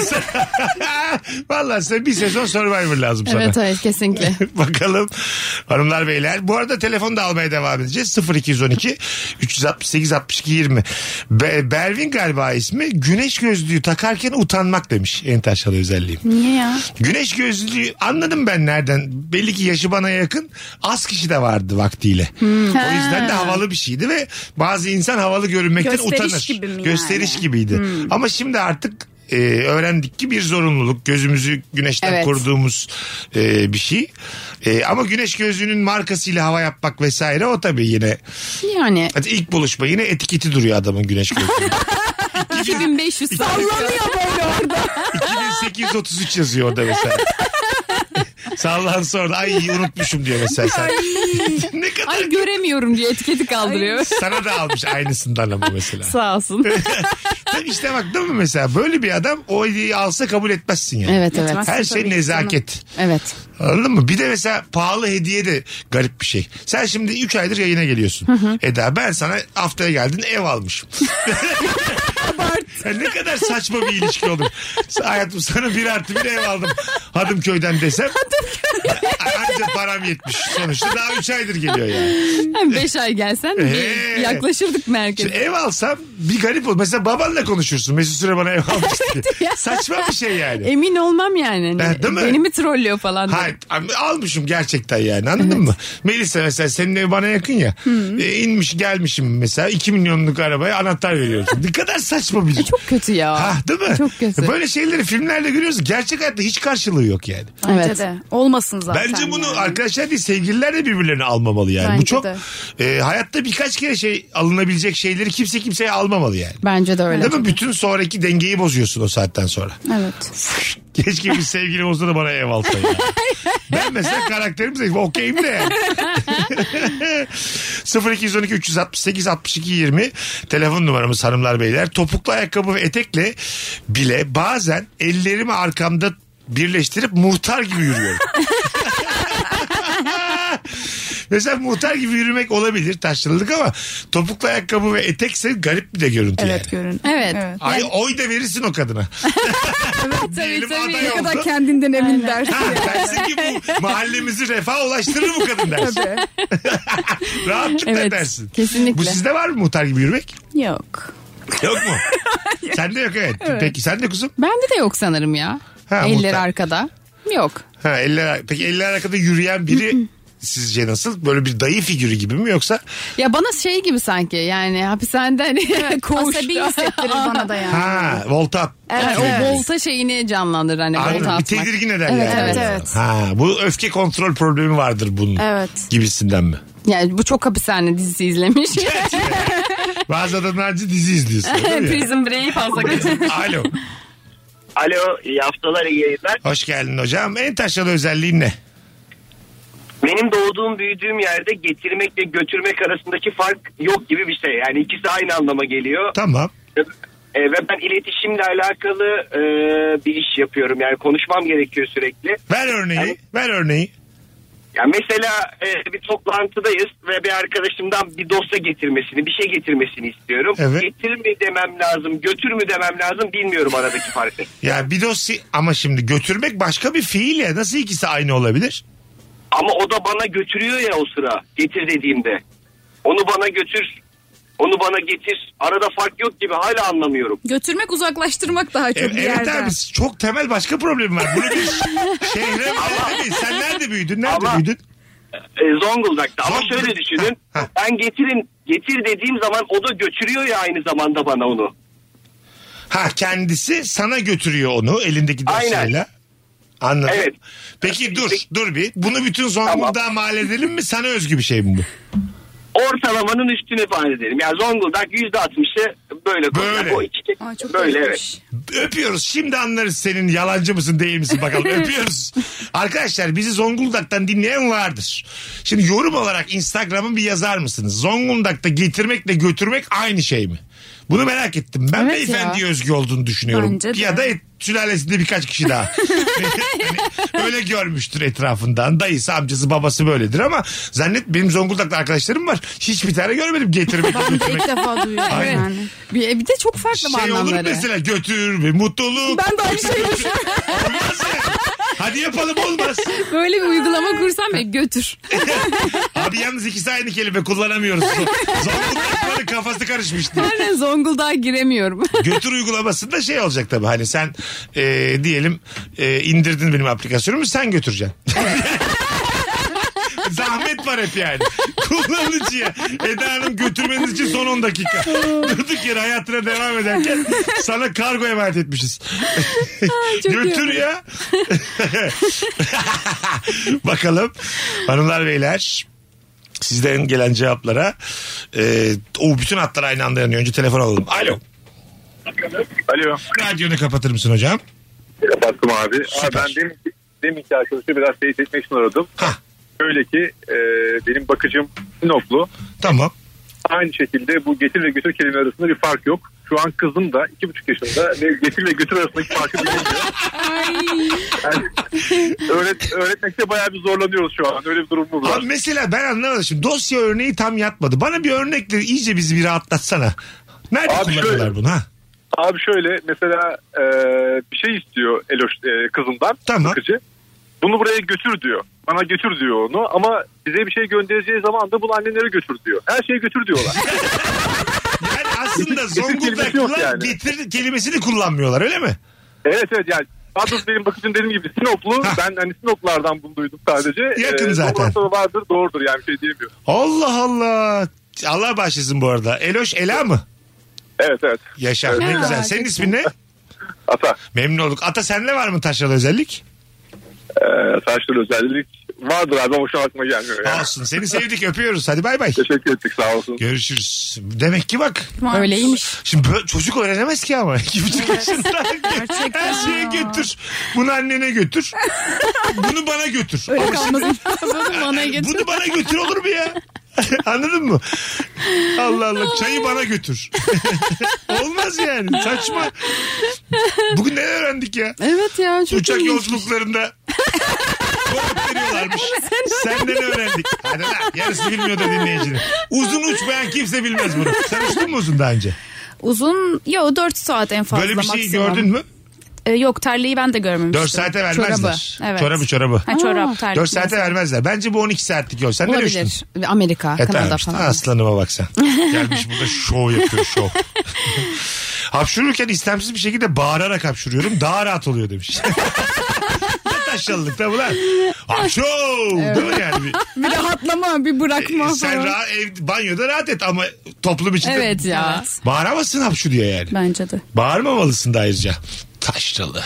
Vallahi sen bir sezon Survivor lazım sana. Evet evet kesinlikle. Bakalım hanımlar beyler. Bu arada telefonu da almaya devam edeceğiz. sıfır iki on iki üç altı sekiz altmış iki yirmi. Be- Bervin galiba ismi. Güneş gözlüğü takarken utanmak demiş en taşralı özelliğim. Niye ya? Güneş gözlüğü anladım ben nereden. Belli ki yaşı bana yakın. Az kişi de vardı vaktiyle. O yüzden de havalı bir şeydi ve bazı insan havalı görünmekten Gösteriş utanır. gibi mi Gösteriş yani? gibiydi. Ama şimdi artık e, öğrendik ki bir zorunluluk. Gözümüzü güneşten Evet. koruduğumuz e, bir şey. E, ama güneş gözlüğünün markasıyla hava yapmak vesaire o tabii yine. Yani Hadi ilk buluşma yine etiketi duruyor adamın güneş gözlüğü. iki bin beş yüz sallanıyor böyle orada. iki bin sekiz yüz otuz üç yazıyor orada mesela. Sallansa orada ay unutmuşum diyor mesela sen. Ne kadar Ay göremiyorum diye etiketi kaldırıyor. sana da almış aynısından ama mesela. Sağ olsun. Tabii işte bak değil mi mesela böyle bir adam o hediyeyi alsa kabul etmezsin yani. Evet evet. Etmez. Her Tabii şey ki nezaket. Evet. Anladın mı? Bir de mesela pahalı hediye de garip bir şey. Sen şimdi üç aydır yayına geliyorsun. Eda ben sana haftaya geldin ev almışım. Ya ne kadar saçma bir ilişki olur. Hayatım sana bir artı bir ev aldım. Hadımköy'den desem. Anca param yetmiş. Sonuçta daha üç aydır geliyor yani. Beş ay gelsen Ee. bir yaklaşırdık merkeze. Şimdi ev alsam bir garip olur. Mesela babanla konuşursun. Mesut Süre bana ev almış diye. Saçma bir şey yani. Emin olmam yani. Hani Ha, değil mi? beni mi trollüyor falan. Hayır almışım gerçekten yani anladın mı? Melisa mesela senin ev bana yakın ya. E, inmiş gelmişim mesela iki milyonluk arabaya anahtar veriyorsun. Ne kadar saçma bir şey. Çok kötü ya. Ha, değil mi? Çok kötü. Böyle şeyleri filmlerde görüyoruz. Gerçek hayatta hiç karşılığı yok yani. Bence Evet. de. Olmasın zaten. Bence bunu yani. arkadaşlar değil sevgililer de birbirlerini almamalı yani. Bence Bu çok de. e, hayatta birkaç kere şey alınabilecek şeyleri kimse kimseye almamalı yani. Bence de öyle. Değil mi? Bütün sonraki dengeyi bozuyorsun o saatten sonra. Evet. Keşke bir sevgilim olsa da bana ev alsa ya. Ben mesela karakterim zayıf. Okeyim de yani. sıfır iki on iki üç altı sekiz altmış iki yirmi telefon numaramız hanımlar beyler. Topuklu ayakkabı ve etekle bile bazen ellerimi arkamda birleştirip muhtar gibi yürüyorum. Mesela muhtar gibi yürümek olabilir taşralılık ama topuklu ayakkabı ve etekse garip bir de görüntü Evet yani. görün. Evet. Ay, oy da verirsin o kadına. Diyelim tabii. aday Ne oldu. kadar kendinden emin dersin. Ha, dersin ki bu mahallemizi refaha ulaştırır bu kadın dersin. Rahatlıkla Evet, dersin. kesinlikle. Bu sizde var mı muhtar gibi yürümek? Yok. Yok mu? Sende yok evet. Peki sen de kuzum? Bende de yok sanırım ya. Ha, Eller muhtar. arkada. Yok. Ha, eller, peki eller arkada yürüyen biri sizce nasıl? Böyle bir dayı figürü gibi mi yoksa? Ya bana şey gibi sanki yani hapishanede hani koğuşta. Asabi hissettirir bana da yani. Ha, volta at. Evet, Yani evet. o volta şeyini canlandırır hani volta Anladım. Bir atmak. tedirgin eder Evet, yani. evet, evet. Ha, bu öfke kontrol problemi vardır bunun. Evet. Gibisinden mi? Yani bu çok hapishane dizisi izlemiş. Bazı adamlarca dizi izliyorsun. değil mi? Prison Break'i fazla kaçırmış. Alo. Alo, iyi haftalar, iyi yayınlar. Hoş geldin hocam. En taşralı özelliğin ne? Benim doğduğum, büyüdüğüm yerde getirmekle götürmek arasındaki fark yok gibi bir şey. Yani ikisi aynı anlama geliyor. Tamam. E, ve ben iletişimle alakalı e, bir iş yapıyorum. Yani konuşmam gerekiyor sürekli. Ver örneği. Yani, ver örneği. yani mesela e, bir toplantıdayız ve bir arkadaşımdan bir dosya getirmesini, bir şey getirmesini istiyorum. Evet. Getir mi demem lazım, götür mü demem lazım bilmiyorum aradaki farkı. Ya bir dosya ama şimdi götürmek başka bir fiil ya. Nasıl ikisi aynı olabilir? Ama o da bana götürüyor ya o sıra getir dediğimde. Onu bana götür, onu bana getir. Arada fark yok gibi, hala anlamıyorum. Götürmek, uzaklaştırmak daha çok Evet, bir evet yerden. abi, çok temel başka problem var. Bunu bir şehre mi? Sen nerede büyüdün? Nerede Ama- büyüdün? E, Zonguldak'ta. Ama Zonguldak. şöyle düşünün. Ha, ha. Ben getirin, getir dediğim zaman o da götürüyor ya aynı zamanda bana onu. Ha, kendisi sana götürüyor onu elindeki dosyayla. Aynen. Anladım. Evet. Peki dur dur bir. Bunu bütün Zonguldak'a Tamam. mal edelim mi? Sana özgü bir şey mi bu? Ortalamanın üstüne falan edelim. Yani Zonguldak yüzde altmışı böyle. Böyle. O iki, Ay, çok böyle garipmiş. evet. Öpüyoruz. Şimdi anlarız senin yalancı mısın değil misin bakalım. Öpüyoruz. Arkadaşlar bizi Zonguldak'tan dinleyen vardır. Şimdi yorum olarak Instagram'ın bir yazar mısınız? Zonguldak'ta getirmekle götürmek aynı şey mi? Bunu merak ettim. Ben Evet beyefendi ya. özgü olduğunu düşünüyorum. Bence de. Ya da et, sülalesinde birkaç kişi daha. Hani öyle görmüştür etrafından. Dayısı, amcası, babası böyledir ama zannet benim Zonguldak'ta arkadaşlarım var. Hiçbir tane görmedim getirmek Ben de götürmek. ilk defa duyuyorum Aynen. yani. Bir, bir de çok farklı Şey olur anlamları. mesela götür bir mutluluk. Ben de aynı şeyi düşünüyorum. Olmaz yani. Hadi yapalım, olmaz. Böyle bir uygulama kursam ya götür. Abi yalnız ikisi aynı kelime kullanamıyoruz. Zonguldakların kafası karışmıştı. Ben Zonguldak'a giremiyorum. Götür uygulamasında şey olacak tabii, hani sen e, diyelim e, indirdin benim aplikasyonumu, sen götüreceksin. Zahmet var hep yani. Kullanıcıya Eda Hanım götürmeniz için son on dakika. Durduk yere hayatına devam ederken sana kargo emanet etmişiz. Götür ya. Bakalım hanımlar beyler, sizden gelen cevaplara. E, o bütün hatlar aynı anda yanıyor. Önce telefon alalım. Alo. Alo. Radyonu kapatır mısın hocam? Kapattım abi. Süper. Abi ben demin, deminki arkadaşı biraz teyit etmek için aradım. Hah, Şöyle ki e, benim bakıcım Sinoplu. tamam. Aynı şekilde bu getir ve götür kelime arasında bir fark yok. Şu an kızım da iki buçuk yaşında ve getir ve götür arasındaki farkı bilemiyor. Yani, öğret, öğretmekte bayağı bir zorlanıyoruz şu an. Öyle bir durumumuz var. Abi mesela ben anlamadım. Şimdi dosya örneği tam yatmadı. Bana bir örnekle iyice bizi bir rahatlatsana. Nerede Abi kullanıyorlar şöyle. bunu ha? Abi şöyle mesela e, bir şey istiyor Eloş e, kızımdan. Tamam. Bakıcı. Bunu buraya götür diyor. Bana götür diyor onu ama bize bir şey göndereceği zaman da bunu annelere götür diyor. Her şeyi götür diyorlar. Yani aslında Getir kelimesi yok Zonguldaklılar yani. getir kelimesini kullanmıyorlar, öyle mi? Evet evet yani. Daha doğrusu benim bakıcım dediğim gibi Sinoplu. Hah. Ben hani Sinoplardan bunu duydum sadece. Yakın zaten. Doğrusu vardır doğrudur yani bir şey diyemiyorum. Allah Allah. Allah başlasın bu arada. Eloş Ela mı? Evet evet. Yaşa. Ne Ya, güzel. Senin ismin ne? Ata. Memnun olduk. Ata, sende var mı taşralı özellik? E, saçlı özellik vardır abi ama şu an aklıma gelmiyor. Yani. Olsun. Seni sevdik, öpüyoruz. Hadi bay bay. Teşekkür ettik sağ olsun. Görüşürüz. Demek ki bak. Öyleymiş. Şimdi böyle çocuk öğrenemez ki ama. İki buçuk yaşında. Her şeye götür. Bunu annene götür. Bunu bana götür. Öyle Ama şimdi- kalmasın. Bunu bana getir. Bunu bana götür olur mu ya? Anladın mı? Allah Allah, çayı bana götür. Olmaz yani, saçma. Bugün ne öğrendik ya? Evet ya çok Uçak ilginç. yolculuklarında komut veriyorlarmış. Senden öğrendik. Hadi lan, yarısı bilmiyordu dinleyicinin. Uzun uçmayan kimse bilmez bunu. Sen uçtun mu uzun daha önce? Uzun, yo dört saat en fazla Böyle bir şey maksimum. gördün mü? Ee, yok, terliği ben de görmemiştim. Dört saate vermezler. Çorabı. Evet. Çorabı çorabı. Ha, çorap, terlik. Dört saate mesela. vermezler. Bence bu on iki saatlik yol. Sen nereye uçtun? Olabilir. Amerika, E Kanada tamam işte, falan. aslanıma bak sen. Gelmiş burada şov yapıyor, şov. Hapşururken istemsiz bir şekilde bağırarak hapşuruyorum. Daha rahat oluyor demiş. Ne taşralılık da bu lan. Hapşov. Değil mi yani? Bir, Bir rahatlama, bir bırakma e, sen falan. rahat, ev, banyoda rahat et ama toplum içinde Evet ya. Evet. bağıramazsın hapşu diye yani. Bence de. Bağırmamalısın da ayrıca. Taşralı.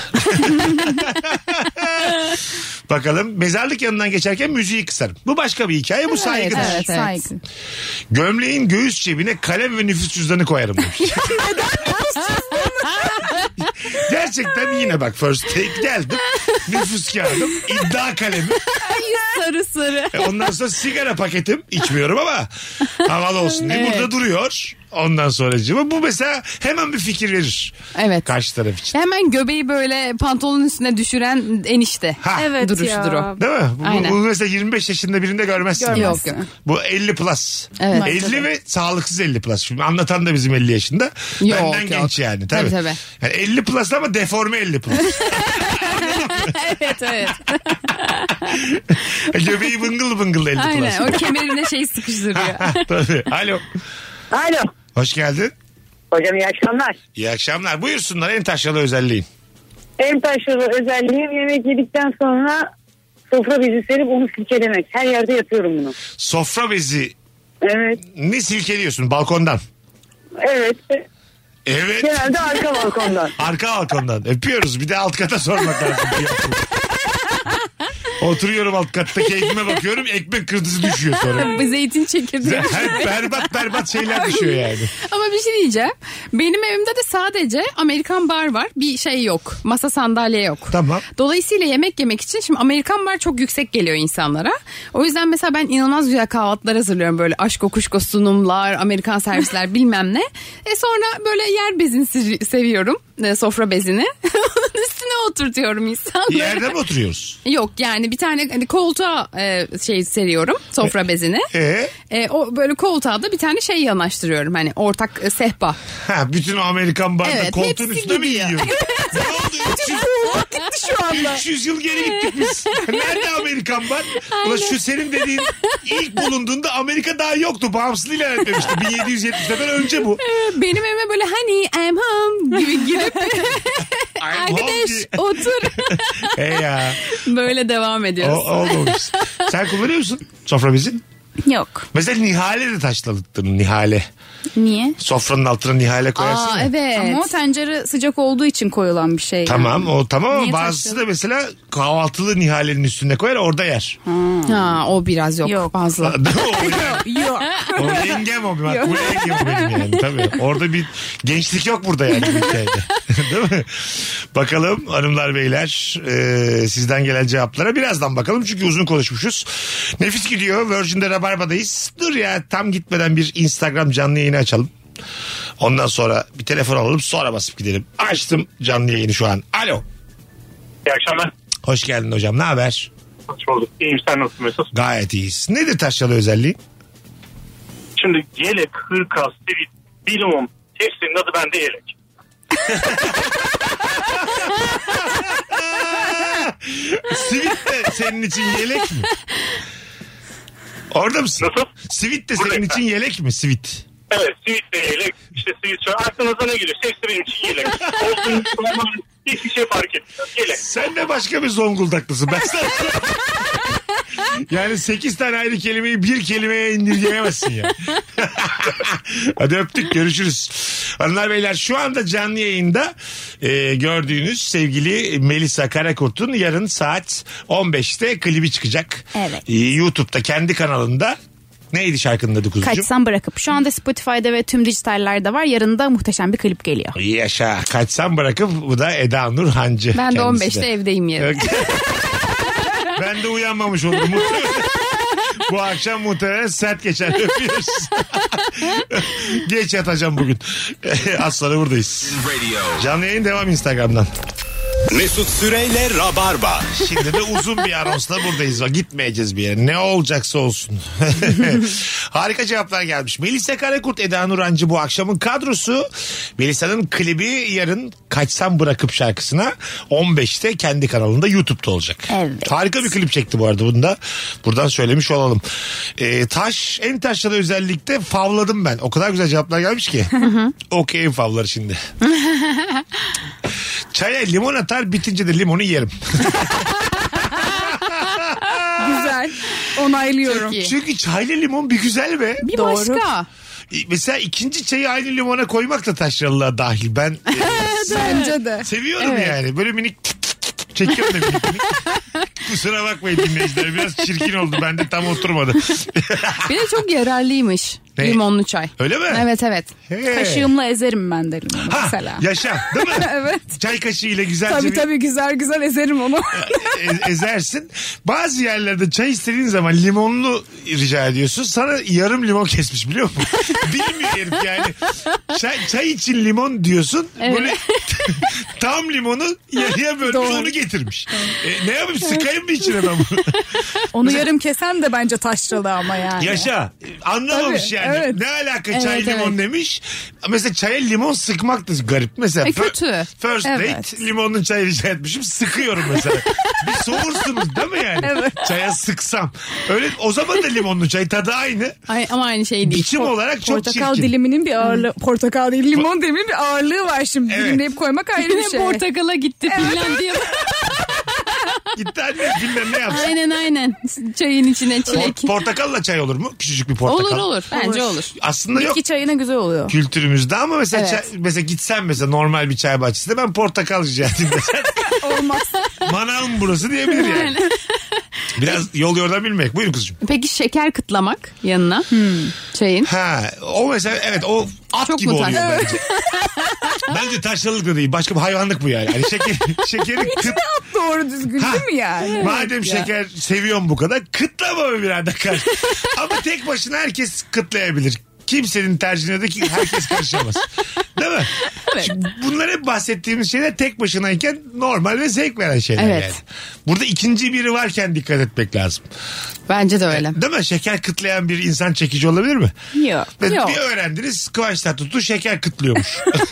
Bakalım, mezarlık yanından geçerken müziği kısarım. Bu başka bir hikaye, bu saygıdır. evet, evet. Saygı. Gömleğin göğüs cebine kalem ve nüfus cüzdanı koyarım demiş. Gerçekten yine bak, first take geldim. Nüfus kağıdım, iddia kalemi. Sarı sarı. E ondan sonra sigara paketim, içmiyorum ama havalı olsun diye Evet. burada duruyor. Ondan sonracığıma bu mesela hemen bir fikir verir. Evet. Karşı taraf için. Hemen göbeği böyle pantolonun üstüne düşüren enişte. Ha. Evet Duruşudur ya. o. Değil mi? Bu, Aynen. bu mesela yirmi beş yaşında birinde görmezsin. Görmezsin. Yok yok. Bu elli plus. Evet. elli ve sağlıksız elli plus. Şimdi anlatan da bizim elli yaşında. Yok, Benden yok. genç yani. Tabii. Tabii, tabii. Yani elli plus ama deforme elli plus. Evet evet. Göbeği bıngıl bıngıl elli Aynen. plus. O kemerine şey sıkıştırıyor. Tabii. Alo. Alo. Hoş geldin. Hocam iyi akşamlar. İyi akşamlar. Buyursunlar en taşralı özelliğin. En taşralı özelliğim yemek yedikten sonra sofra bezi serip onu silkelemek. Her yerde yapıyorum bunu. Sofra bezi Evet. ne silkeliyorsun balkondan? Evet. Evet. Genelde arka balkondan. Arka balkondan. Öpüyoruz. Bir de alt kata sormak lazım. Oturuyorum alt katta keyfime bakıyorum. Ekmek kırıntısı düşüyor sonra. Bu zeytin çekirdeği. Hep berbat berbat şeyler düşüyor yani. Ama bir şey diyeceğim. Benim evimde de sadece Amerikan bar var. Bir şey yok. Masa sandalye yok. Tamam. Dolayısıyla yemek yemek için şimdi Amerikan bar çok yüksek geliyor insanlara. O yüzden mesela ben inanılmaz güzel kahvaltılar hazırlıyorum. Böyle aşk okuşko sunumlar, Amerikan servisler bilmem ne. E sonra böyle yer bezini se- seviyorum. E, sofra bezini. Onun üstüne oturtuyorum insanları. Yerde mi oturuyoruz? Yok yani bir tane hani koltuğa e, şey seriyorum sofra bezini. Ee? E, o böyle koltuğa da bir tane şey yanaştırıyorum hani ortak e, sehpa. Ha, bütün o Amerikan barda Evet, koltuğun hepsi üstüne mi gidiyor. yiyor? Ne oldu? üç yüz, Gitti şu anda. üç yüz yıl geri gittik biz. Nerede Amerikan bar? Ulan şu senin dediğin ilk bulunduğunda Amerika daha yoktu. Bağımsız ilan etmemişti. bin yedi yüz yetmişlerden önce bu. Benim evime böyle honey I'm home gibi girip I'm home arkadaş diye. otur. He ya. Böyle devam O, ediyoruz. olmamış. Sen kullanıyor musun sofra bezi? Yok. Mesela Nihale de taşlattın Nihale. Niye? Sofranın altına Nihale koyarsın. Aa ya. evet. Ama o tencere sıcak olduğu için koyulan bir şey. Tamam o tamam ama Niye bazısı taşladın? da mesela kahvaltılı Nihale'nin üstüne koyar orada yer. Ha o biraz yok, Yok. fazla. o, yani, Yok. o yengem o. Bak, bu yengem o benim yani. Tabii. Orada bir gençlik yok burada yani bu hikayede. Değil mi? Bakalım hanımlar beyler e, sizden gelen cevaplara birazdan bakalım. Çünkü uzun konuşmuşuz. Nefis gidiyor. Virgin'de Rabarba'dayız. Dur ya tam gitmeden bir Instagram canlı yayını açalım. Ondan sonra bir telefon alalım sonra basıp gidelim. Açtım canlı yayını şu an. Alo. İyi akşamlar. Hoş geldin hocam. Ne haber? Hoş bulduk. İyiyim, sen nasılsın Mesut? Gayet iyiyiz. Nedir taşralı özelliği? Şimdi yelek, hırka, sivit, bilimum hepsinin adı bende yelek. Sivit de senin için yelek mi? Orada mısın? Nasıl? Sivit de senin Buradayım için yelek mi? Sivit. Evet, sivit de yelek. İşte sivit şu aklınıza ne geliyor? Hepsi benim için yelek. Olsun, normal, hiçbir şey fark etmiyor. Yelek. Sen de başka bir Zonguldaklısın. Ben sana yani sekiz tane ayrı kelimeyi bir kelimeye indirgeyemezsin ya. Hadi öptük, görüşürüz. Hanımlar beyler şu anda canlı yayında e, gördüğünüz sevgili Melisa Karakurt'un yarın saat on beşte klibi çıkacak. Evet. E, YouTube'da kendi kanalında. Neydi şarkının adı kuzucuğum? Kaçsam bırakıp. Şu anda Spotify'da ve tüm dijitallerde var. Yarın da muhteşem bir klip geliyor. Yaşa. Kaçsam bırakıp bu da Eda Nur Hancı. Ben de kendisi on beşte evdeyim yarın. Ben de uyanmamış oldum. Bu akşam muhtemelen sert geçer. Öpüyoruz. Geç yatacağım bugün. Az sonra buradayız. Canlı yayın devam Instagram'dan. Mesut Süreyle Rabarba. Şimdi de uzun bir anonsla buradayız. Gitmeyeceğiz bir yere. Ne olacaksa olsun. Harika cevaplar gelmiş. Melisa Karakurt, Eda Nurancı bu akşamın kadrosu. Melisa'nın klibi yarın Kaçsam Bırakıp şarkısına on beşte kendi kanalında YouTube'da olacak. Evet. Harika bir klip çekti bu arada. Bunu da buradan söylemiş olalım. Ee, taş, en taşralı özellikle favladım ben. O kadar güzel cevaplar gelmiş ki. Okeyim favları şimdi. Çaya limon atar, bitince de limonu yerim. Güzel. Onaylıyorum. Çok iyi. Çünkü çayla limon bir güzel be. Bir Doğru. başka. Mesela ikinci çayı aynı limona koymak da taşralılığa dahil. Ben e, Bence de. seviyorum Evet. yani. Böyle minik çekiyorum da minik minik. Kusura bakmayın dinleyiciler. Biraz çirkin oldu. Bende tam oturmadı. Bir de çok yararlıymış. Ne? Limonlu çay. Öyle mi? Evet evet. He. Kaşığımla ezerim ben de limonu Ha, mesela. yaşa değil mi? Evet. Çay kaşığıyla güzelce Tabii bir tabii güzel güzel ezerim onu. e- ezersin. Bazı yerlerde çay istediğin zaman limonlu rica ediyorsun. Sana yarım limon kesmiş biliyor musun? Bilmiyor herif yani. Çay, çay için limon diyorsun. Böyle tam limonu yarıya bölmüş Doğru. onu getirmiş. E, ne yapayım sıkayım mı içine ben bunu? Onu yarım kesen de bence taşralı ama yani. Yaşa. Anlamamış Tabii, yani. evet. Ne alaka çay Evet, limon evet. demiş. Mesela çaya limon sıkmak da garip. Mesela E, fir- kötü. First Evet. date limonlu çay rica etmişim. Sıkıyorum mesela. Bir soğursunuz değil mi yani? Evet. Çaya sıksam. Öyle o zaman da limonlu çay tadı aynı. Ay, ama aynı şey değil. Biçim olarak çok Portakal çirkin. diliminin bir ağırlığı, portakal değil limon diliminin bir ağırlığı var şimdi. Evet. Dilimleyip koymak ayrı bir şey. Portakala gitti Finlandiya. Gitti anne bilmem ne yapsın. Aynen aynen. Çayın içine çilek. Por- portakalla çay olur mu? Küçücük bir portakal. Olur olur. Bence olur. Aslında yok Bitki çayına güzel oluyor. kültürümüzde ama mesela Evet. çay- mesela gitsen mesela normal bir çay bahçesinde ben portakal rica edeyim desen Olmaz. manav mı burası diyebilir yani. Biraz yol yordan bilmek. Buyurun kızcığım. Peki şeker kıtlamak yanına çayın. Ha, o mesela evet o at Çok gibi mu oluyor taş- bence. Bence taşralık da değil. Başka bir hayvanlık bu yani. Hani şeker, şekeri kıt. Doğru düzgün Ha, değil mi yani? Madem şeker seviyorum bu kadar kıtlama mı birader karşı? Ama tek başına herkes kıtlayabilir. Kimsenin tercihine de ki herkes karışamaz. Değil mi? Çünkü bunlar hep bahsettiğimiz şeyler tek başınayken normal ve zevk veren şeyler Evet. yani. Burada ikinci biri varken dikkat etmek lazım. Bence de öyle. Değil mi? Şeker kıtlayan bir insan çekici olabilir mi? Yok. Ve Yok. bir öğrendiniz Kıvanç Tatlıtuğ şeker kıtlıyormuş.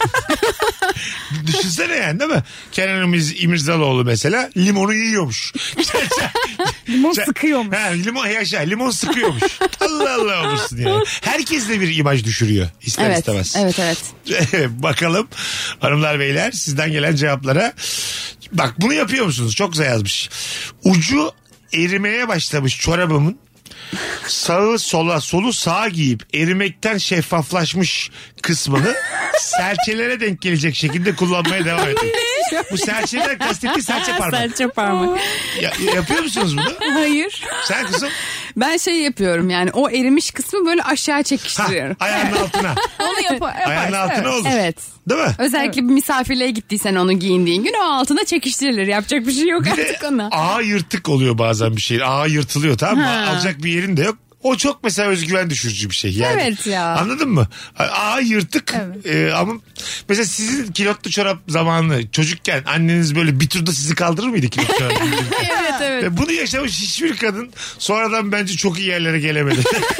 Düşünsene yani değil mi? Kenan İmiz- İmirzalıoğlu mesela limonu yiyormuş. Limon sıkıyormuş. Ha, limon yaşa limon sıkıyormuş. Allah Allah olursun yani. Herkes de bir imaj düşürüyor ister Evet. istemez. Evet evet. Bakalım hanımlar beyler sizden gelen cevaplara. Bak bunu yapıyor musunuz? Çok güzel yazmış. Ucu erimeye başlamış çorabımın sağı sola solu sağa giyip erimekten şeffaflaşmış kısmını serçelere denk gelecek şekilde kullanmaya devam ediyor. Bu serçeler kastettiği serçe parmak. Serçe parmak. Ya, yapıyor musunuz bunu? Hayır. Sen kızım. Ben şey yapıyorum yani o erimiş kısmı böyle aşağı Ha, çekiştiriyorum. ayağının altına. Onu yap yaparsın. Ayağının altına Evet. olur. Evet. Değil mi? Özellikle bir misafirliğe gittiysen onu giyindiğin gün o altına çekiştirilir. Yapacak bir şey yok Bir de artık ona. ağa yırtık oluyor bazen bir şey. Ağa yırtılıyor tamam mı? Ha. Alacak bir yerin de yok. O çok mesela özgüven düşürücü bir şey. Yani, Evet ya. Anladın mı? Ağa yırtık e, ama mesela sizin kilotlu çorap zamanı çocukken anneniz böyle bir turda sizi kaldırır mıydı kilotlu çorap? Evet evet. Ve bunu yaşamış hiçbir kadın sonradan bence çok iyi yerlere gelemedi.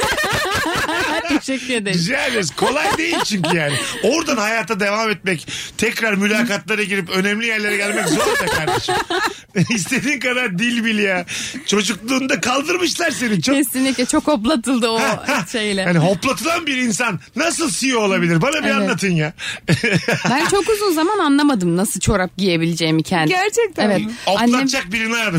Teşekkür ederim. Rica ederiz. Kolay değil çünkü yani. Oradan hayata devam etmek, tekrar mülakatlara girip önemli yerlere gelmek zor da kardeşim. İstediğin kadar dil bil ya. Çocukluğunda kaldırmışlar seni. Çok... Kesinlikle çok hoplatıldı o Ha, ha. şeyle. Yani hoplatılan bir insan nasıl C E O olabilir? Bana bir Evet. anlatın ya. Ben çok uzun zaman anlamadım nasıl çorap giyebileceğimi kendim. Gerçekten Evet. mi? Annem, Hoplatacak birini aradım.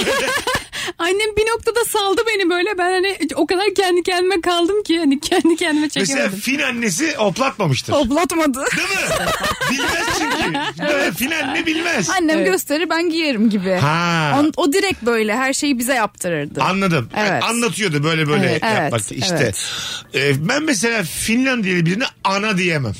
annem bir noktada saldı beni böyle. Ben hani o kadar kendi kendime kaldım ki hani kendi kendime Mesela çekemedim. Fin annesi hoplatmamıştır. Hoplatmadı. Değil mi? Bilmez çünkü. Değil mi? Fin anne bilmez. Annem Evet. gösterir ben giyerim gibi. Ha. On- o direkt böyle her şeyi bize yaptırırdı. Anladım. Evet. Anlatıyordu böyle böyle Evet, yapmak. evet, işte evet. e, ben mesela Finlandiyalı birine ana diyemem.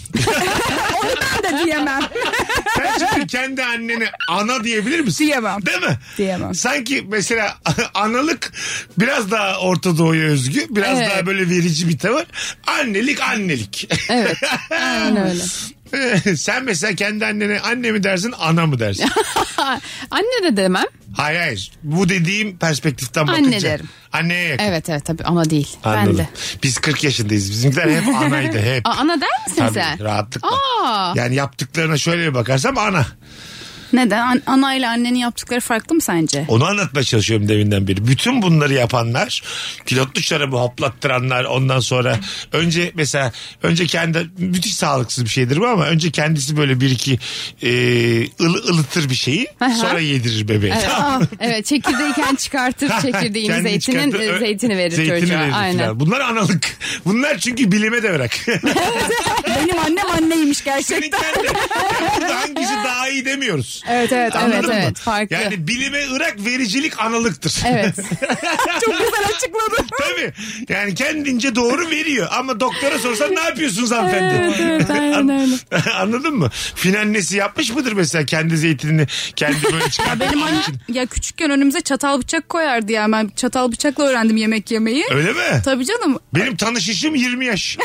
Ben de diyemem. Sen çünkü kendi anneni ana diyebilir misin? Diyemem. Değil mi? Diyemem. Sanki mesela analık biraz daha Orta Doğu'ya özgü. Biraz Evet. daha böyle verici bir tavır. Annelik annelik. Evet. Aynen öyle. Sen mesela kendi annene anne mi dersin ana mı dersin? Anne de demem. Hayır hayır. Bu dediğim perspektiften Anne bakınca. derim. Anneye yakın. Evet evet tabii ama değil. Anladım. Ben de. Biz kırk yaşındayız. Bizimkiler hep anaydı hep. Aa, ana der misin Tabii, sen? rahatlıkla. Aa. Yani yaptıklarına şöyle bir bakarsam ana. Neden? An- ana ile annenin yaptıkları farklı mı sence? Onu anlatmaya çalışıyorum deminden beri. Bütün bunları yapanlar, kilotlu şarabı hoplattıranlar, ondan sonra önce mesela önce kendi müthiş sağlıksız bir şeydir bu ama önce kendisi böyle bir iki e, ılı, ılıtır bir şeyi Aha. sonra yedirir bebeğe. Evet, Tamam mı? evet çekirdeğiyken çıkartır çekirdeğini Kendini zeytinin çıkartır, ö- zeytini verir zeytini çocuğa. verir Aynen. filan. Bunlar analık. Bunlar çünkü bilime de bırak. Benim annem anneymiş Senin gerçekten. kendi. Yani burada hangisi daha iyi demiyoruz. Evet evet Anladın Evet mı? evet farklı. Yani bilime ırak vericilik analıktır. Evet. Çok güzel açıkladın. Tabii mi? Yani kendince doğru veriyor. Ama doktora sorsan ne yapıyorsunuz hanımefendi? Evet, evet, aynen öyle. Anladın mı? Fin annesi yapmış mıdır mesela kendi zeytinini kendi böyle Ya çıkartmak benim annem için? ya küçükken önümüze çatal bıçak koyardı ya. Ben çatal bıçakla öğrendim yemek yemeyi. Öyle mi? Tabii canım. Benim tanışışım yirmi yaş.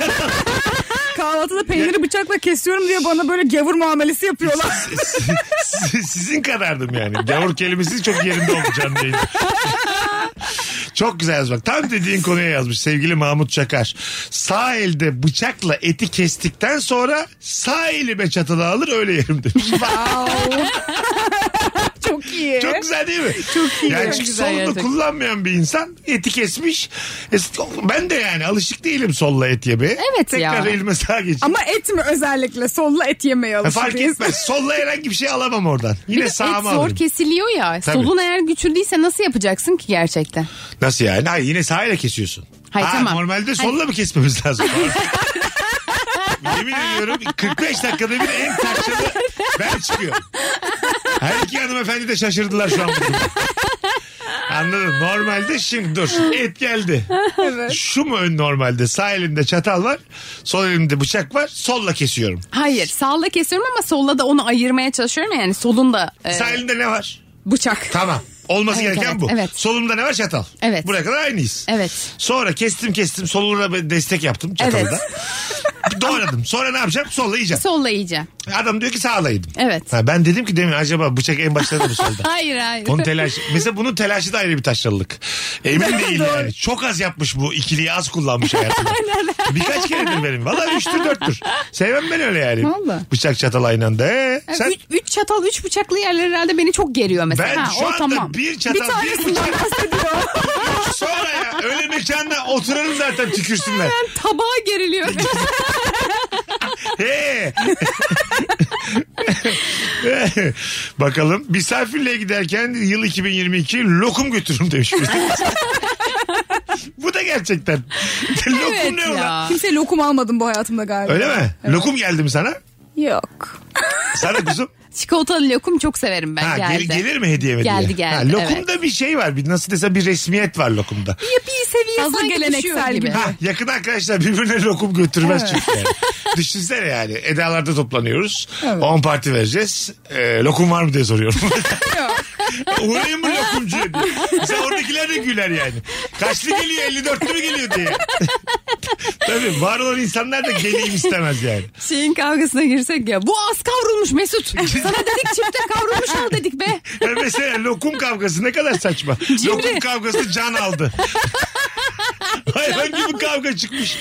Kahvaltıda peyniri bıçakla kesiyorum diye bana böyle gavur muamelesi yapıyorlar. Sizin kadardım yani. Gavur kelimesi çok yerinde oldu canlı yayında. Çok güzel yazmak. Tam dediğin konuya yazmış sevgili Mahmut Çakar. Sağ elde bıçakla eti kestikten sonra sağ elime çatalı alır öyle yerim demiş. Wow. Çok iyi. Çok güzel değil mi? Çok iyi. Yani Çok çünkü güzel solunu gerçekten. kullanmayan bir insan eti kesmiş. E, Ben de yani alışık değilim solla et yemeye. Evet Tekrar ya. elime sağ geçeyim. Ama et mi özellikle? Solla et yemeye Ha, fark alışırız. etmez. Solla herhangi bir şey alamam oradan. Bir Yine de et sağıma zor alırım. kesiliyor ya. Tabii. Solun eğer güçlü değilse nasıl yapacaksın ki gerçekten? Nasıl yani? Hayır yine sağıyla kesiyorsun. Hayır, ha, tamam. Normalde solla mı kesmemiz lazım? Yemin ediyorum kırk beş dakikada bir en taşları ben çıkıyorum. Her iki hanımefendi de şaşırdılar şu an. Anladım. Normalde şimdi dur. Et geldi. Evet. Şu mu ön normalde? Sağ elimde çatal var. Sol elimde bıçak var. Solla kesiyorum. Hayır, sağla kesiyorum ama solla da onu ayırmaya çalışıyorum ya, yani solun da e, Sağ elimde ne var? Bıçak. Tamam. Olması Evet, gereken evet, bu. evet. Solumda ne var? Çatal. Evet. Buraya kadar aynıyız. Evet. Sonra kestim kestim. Soluna ben destek yaptım çatalda. Doğradım. Sonra ne yapacağım? Solla yiyeceğim. solla yiyeceğim. Adam diyor ki sağla yedim. Evet. Ha, ben dedim ki demin acaba bıçak en başta da mı solda? Hayır hayır. Onun telaşı. Mesela bunun telaşı da ayrı bir taşralılık. Emin değil yani. Çok az yapmış bu. İkiliyi az kullanmış hayatında. Birkaç keredir benim. Valla üçtür dörttür. Sevmem ben öyle yani. Vallahi. Bıçak çatal aynı anda. Ee, sen... Üç, üç çatal, üç bıçaklı yerler herhalde beni çok geriyor mesela. Ben Ha, şu o anda tamam. bir çatal bir, bıçak sonra ya öyle mekanda oturalım zaten tükürsünler. Ben tabağa geriliyor. He. Bakalım misafirliğe giderken yıl iki bin yirmi iki lokum götürürüm demiş. Bu da gerçekten. Lokum Evet ne ya. ulan? Kimse lokum almadım bu hayatımda galiba. Öyle mi? Lokum geldi mi sana? Yok. Sana kuzum. Çikolatalı lokum çok severim ben. Ha, geldi. gel- gelir mi hediye mi diye? Geldi, geldi, Ha, lokumda evet. bir şey var. Bir, nasıl desem bir resmiyet var lokumda. Ya bir seviye Fazla sanki geleneksel düşüyor gibi. gibi. Ha, yakın arkadaşlar birbirine lokum götürmez çünkü yani. Düşünsene yani. Edalarda toplanıyoruz. on parti vereceğiz. Ee, lokum var mı diye soruyorum. Uğrayayım mı lokumcuya diye. Mesela oradakiler de güler yani. Kaçlı geliyor elli dörtlü mü geliyor diye. Tabii var olan insanlar da geleyim istemez yani. Şeyin kavgasına girsek ya. Bu az kavrulmuş Mesut. Sana dedik çifte kavrulmuş al dedik be. Yani mesela lokum kavgası ne kadar saçma. Lokum kavgası can aldı. Hayvan gibi kavga çıkmış.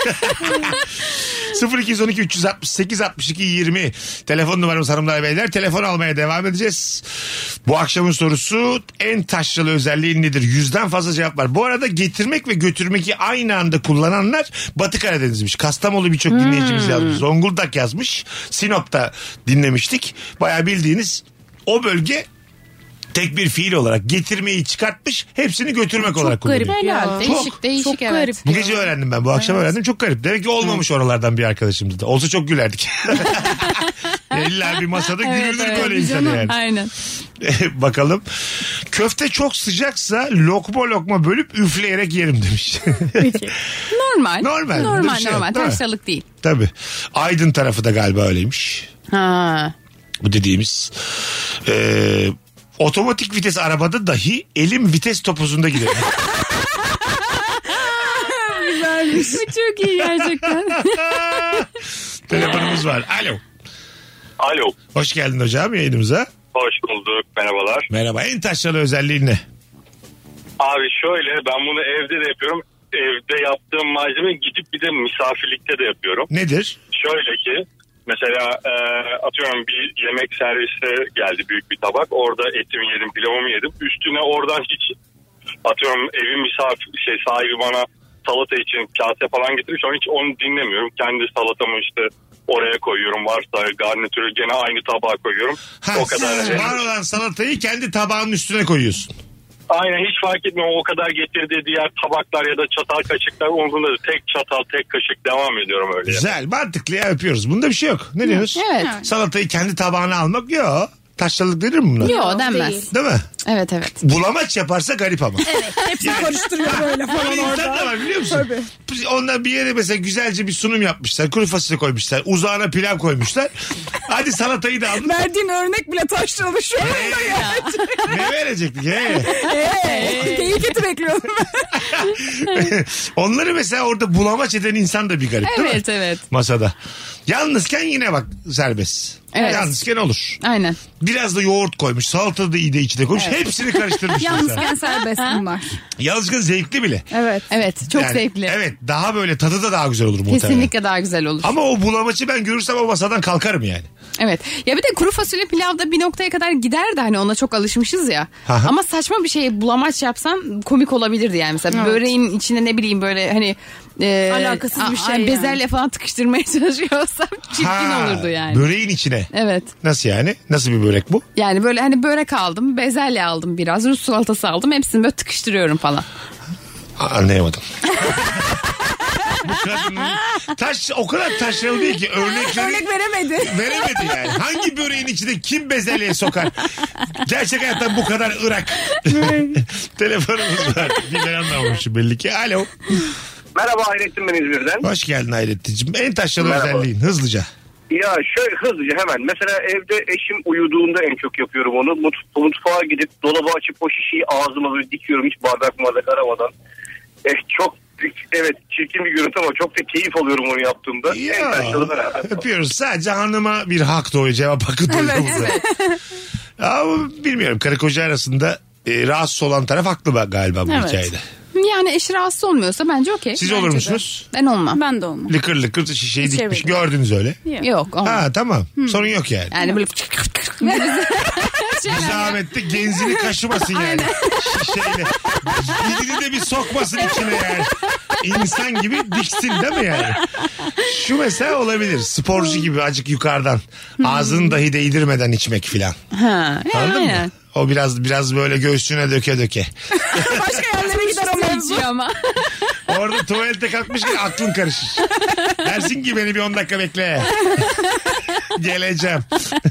sıfır iki on iki üç altı sekiz altmış iki yirmi telefon numaramız hanımlar beyler. Telefon almaya devam edeceğiz. Bu akşamın sorusu en taşralı özelliği nedir? Yüzden fazla cevap var. Bu arada getirmek ve götürmeki aynı anda kullananlar Batı Karadeniz'miş. Kastamonu birçok Hmm. dinleyicimiz yazmış. Zonguldak yazmış. Sinop'ta dinlemiştik. Bayağı bildiğiniz o bölge tek bir fiil olarak getirmeyi çıkartmış, hepsini götürmek olarak kullanıyor. Garip ya. Çok, Değişik değişik çok evet. garip. Bu gece öğrendim ben. Bu akşam öğrendim. Çok garip. Demek ki olmamış oralardan bir arkadaşımız da. Olsa çok gülerdik. İlla bir masada gülülür evet, böyle insan canım. yani. Aynen. Bakalım. Köfte çok sıcaksa lokma lokma bölüp üfleyerek yerim demiş. Normal. Normal, Normal bir şey normal. yok, değil mi? Taşralık değil. Tabii. Aydın tarafı da galiba öyleymiş. Ha. Bu dediğimiz. Ee, otomatik vites arabada dahi elim vites topuzunda gidiyor. Güzelmiş. Bu çok iyi gerçekten. Telefonumuz var. Alo. Alo. Hoş geldin hocam yayınımıza. Hoş bulduk. Merhabalar. Merhaba. En taşralı özelliğin ne? Abi şöyle, ben bunu evde de yapıyorum. Evde yaptığım malzeme gidip bir de misafirlikte de yapıyorum. Nedir? Şöyle ki mesela e, atıyorum bir yemek servisi geldi, büyük bir tabak. Orada etimi yedim, pilavımı yedim. Üstüne oradan hiç atıyorum evin misafir şey sahibi bana salata için kase falan getirmiş. Ama hiç onu dinlemiyorum. Kendi salatamı işte oraya koyuyorum. Varsa garnitürü gene aynı tabağa koyuyorum. Ha, o kadar. var olan salatayı kendi tabağının üstüne koyuyorsun. Aynen, hiç fark etmiyor. O kadar getirdiği diğer tabaklar ya da çatal kaşıklar umurumda değil. Tek çatal tek kaşık devam ediyorum öyle. Güzel, mantıklı ya, yapıyoruz. Bunda bir şey yok. Ne diyorsunuz? Evet. Salatayı kendi tabağına almak yok. Taşralık denir mi buna? Yok denmez. Değil mi? Evet evet. Bulamaç yaparsa garip ama. Evet. Hepsini karıştırıyor böyle falan Öyle orada. insan da var biliyor musun? Tabii. Onlar bir yere mesela güzelce bir sunum yapmışlar. Kuru fasulye koymuşlar. Uzağına pilav koymuşlar. Hadi salatayı da aldın. Verdiğin örnek bile taşralı şu anda ya. Ne verecektik? He. Eee geyik eti bekliyordum ben. Onları mesela orada bulamaç eden insan da bir garip değil mi? Evet evet. Masada. Yalnızken yine bak serbest. Evet. Yalnızken olur. Aynen. Biraz da yoğurt koymuş. Salata da iyi de içine koymuş. Hepsini karıştırmış mesela. Yalnızken serbest bunlar. Yalnızken zevkli bile. Evet. Evet çok Yani, zevkli. Evet daha böyle tadı da daha güzel olur muhtemelen. Kesinlikle daha güzel olur. Ama o bulamaçı ben görürsem o masadan kalkarım yani. Evet. Ya bir de kuru fasulye pilavda bir noktaya kadar gider de hani ona çok alışmışız ya. Aha. Ama saçma bir şey bulamaç yapsan komik olabilirdi yani. Mesela Evet. böreğin içine ne bileyim böyle hani e, Alakasız bir şey a- yani. bezelye falan tıkıştırmaya çalışıyorsam çirkin Ha, olurdu yani. Böreğin içine. Evet. Nasıl yani? Nasıl bir börek bu? Yani böyle hani börek aldım, bezelye aldım biraz, Rus salatası aldım. Hepsini böyle tıkıştırıyorum falan. Anlayamadım. Bu kadının taş o kadar taşralı değil ki örnekleri Örnek veremedi. veremedi yani. Hangi böreğin içinde kim bezelyeye sokar? Gerçek hayattan bu kadar Irak. Telefonumuz var. Bir ben anlamamışım belli ki. Alo. Merhaba Hayrettin, ben İzmir'den. Hoş geldin Hayrettin'cim. En taşralı Merhaba. özelliğin hızlıca. Ya şöyle hızlıca hemen. Mesela evde eşim uyuduğunda en çok yapıyorum onu. Mut- mutfağa gidip dolabı açıp o şişeyi ağzıma böyle dikiyorum hiç bardak bardak aramadan. Eh, çok evet çirkin bir görüntü ama çok da keyif alıyorum onu yaptığımda. En Ya, taşralı beraber. öpüyoruz. Sadece hanıma bir hak doğuyor. Cevap hakkı doğuyor. Evet, evet. Ama bilmiyorum. Karı koca arasında e, rahatsız olan taraf haklı galiba bu Evet. hikayede. Yani eşi rahatsız olmuyorsa bence okey. Siz Bence olur de. musunuz? Ben olmam. Ben de olmam. Lıkır lıkır şişeyi Hiç dikmiş. evet. Gördünüz öyle. Yok olmam. Ha tamam. Sorun yok yani. Yani böyle Bir zahmette genzini kaşımasın yani. Şişeyle. Dilini de bir sokmasın içine yani. İnsan gibi diksin değil mi yani? Şu mesela olabilir. Sporcu gibi azıcık yukarıdan. Ağzını dahi değdirmeden içmek filan. Ha, Anladın yani. mı? O biraz biraz böyle göğsüne döke döke. Başka yerlere gider o mevzu. ama. Orada tuvalete kalkmışken aklın karışır. Dersin ki beni bir on dakika bekle. Geleceğim.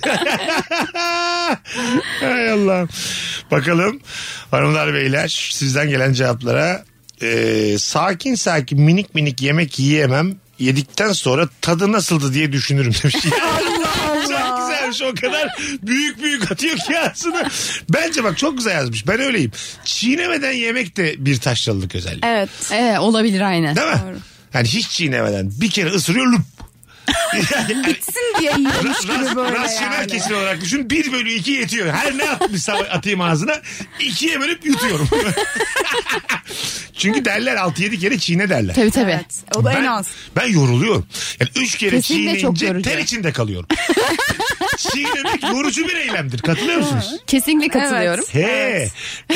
Hay Allah. Bakalım hanımlar beyler sizden gelen cevaplara. Ee, sakin sakin minik minik yemek yiyemem. Yedikten sonra tadı nasıldı diye düşünürüm demiş. Çok güzelmiş, o kadar büyük büyük atıyor ki ağzına. Bence bak çok güzel yazmış, ben öyleyim. Çiğnemeden yemek de bir taşralılık özelliği. Evet. Evet olabilir aynen. Değil mi? Yani hiç çiğnemeden bir kere ısırıyor lup. Yani, Bitsin diye yiyormuş gibi ras- böyle rasyonel yani. kesin olarak düşün. Bir bölü iki yetiyor. Her ne atmışsam atayım ağzına ikiye bölüp yutuyorum. Çünkü derler altı yedi kere çiğne derler. Tabii tabii. Evet. O da ben, en az. Ben yoruluyorum. Yani üç kere Kesinlikle çok çiğneyince yorucu. ter içinde kalıyorum. Çiğnemek yorucu bir eylemdir. Katılıyor musunuz? Kesinlikle katılıyorum. He.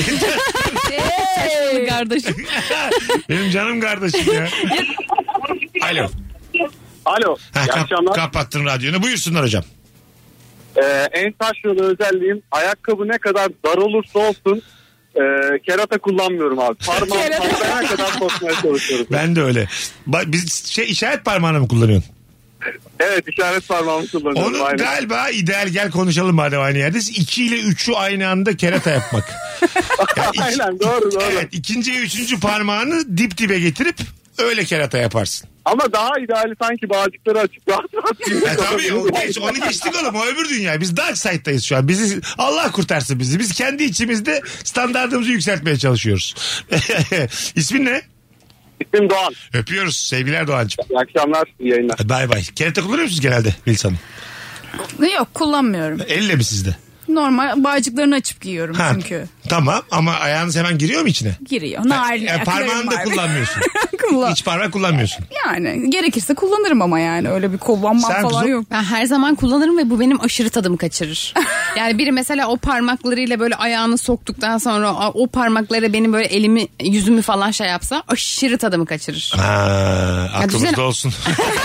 Hey. Kardeşim. Benim canım kardeşim ya. Alo. Alo. Ha, İyi kap- akşamlar. kapattın radyonu. Buyursunlar hocam. Ee, en taşralı özelliğim ayakkabı ne kadar dar olursa olsun e, kerata kullanmıyorum abi. Parmağım patlayana kadar sokmaya çalışıyorum. Ben de öyle. Ba- Biz şey işaret parmağını mı kullanıyorsun? Evet, işaret parmağımı kullanıyorum. Onun aynen. galiba ideal, gel konuşalım madem aynı yerdeyiz. iki ile üçü aynı anda kerata yapmak. Yani iki- Aynen, doğru doğru. Evet, ikinci ve üçüncü parmağını dip dibe getirip öyle kerata yaparsın. Ama daha ideali sanki bağcıkları açıp rahat rahat Ya tabii o geç, onu geçtik oğlum, o öbür dünya. Biz dark side'dayız şu an. Bizi Allah kurtarsın bizi. Biz kendi içimizde standartımızı yükseltmeye çalışıyoruz. İsmin ne? İsmim Doğan. Öpüyoruz. Sevgiler Doğancığım. İyi akşamlar, iyi yayınlar. Hadi bay bay. Kerata kullanıyor musunuz genelde Melis Hanım? Yok, kullanmıyorum. Elle mi sizde? Normal bağcıklarını açıp giyiyorum Ha, çünkü. tamam ama ayağınız hemen giriyor mu içine? Giriyor. Narin E, parmağını ayaklarım da var. kullanmıyorsun. Kullan. Hiç parmak kullanmıyorsun. Yani gerekirse kullanırım ama yani öyle bir kullanmam Sen falan kuzum? yok. Ben her zaman kullanırım ve bu benim aşırı tadımı kaçırır. Yani biri mesela o parmaklarıyla böyle ayağını soktuktan sonra o o parmakları benim böyle elimi yüzümü falan şey yapsa aşırı tadımı kaçırır. Ha, aklımızda düşünsene- olsun.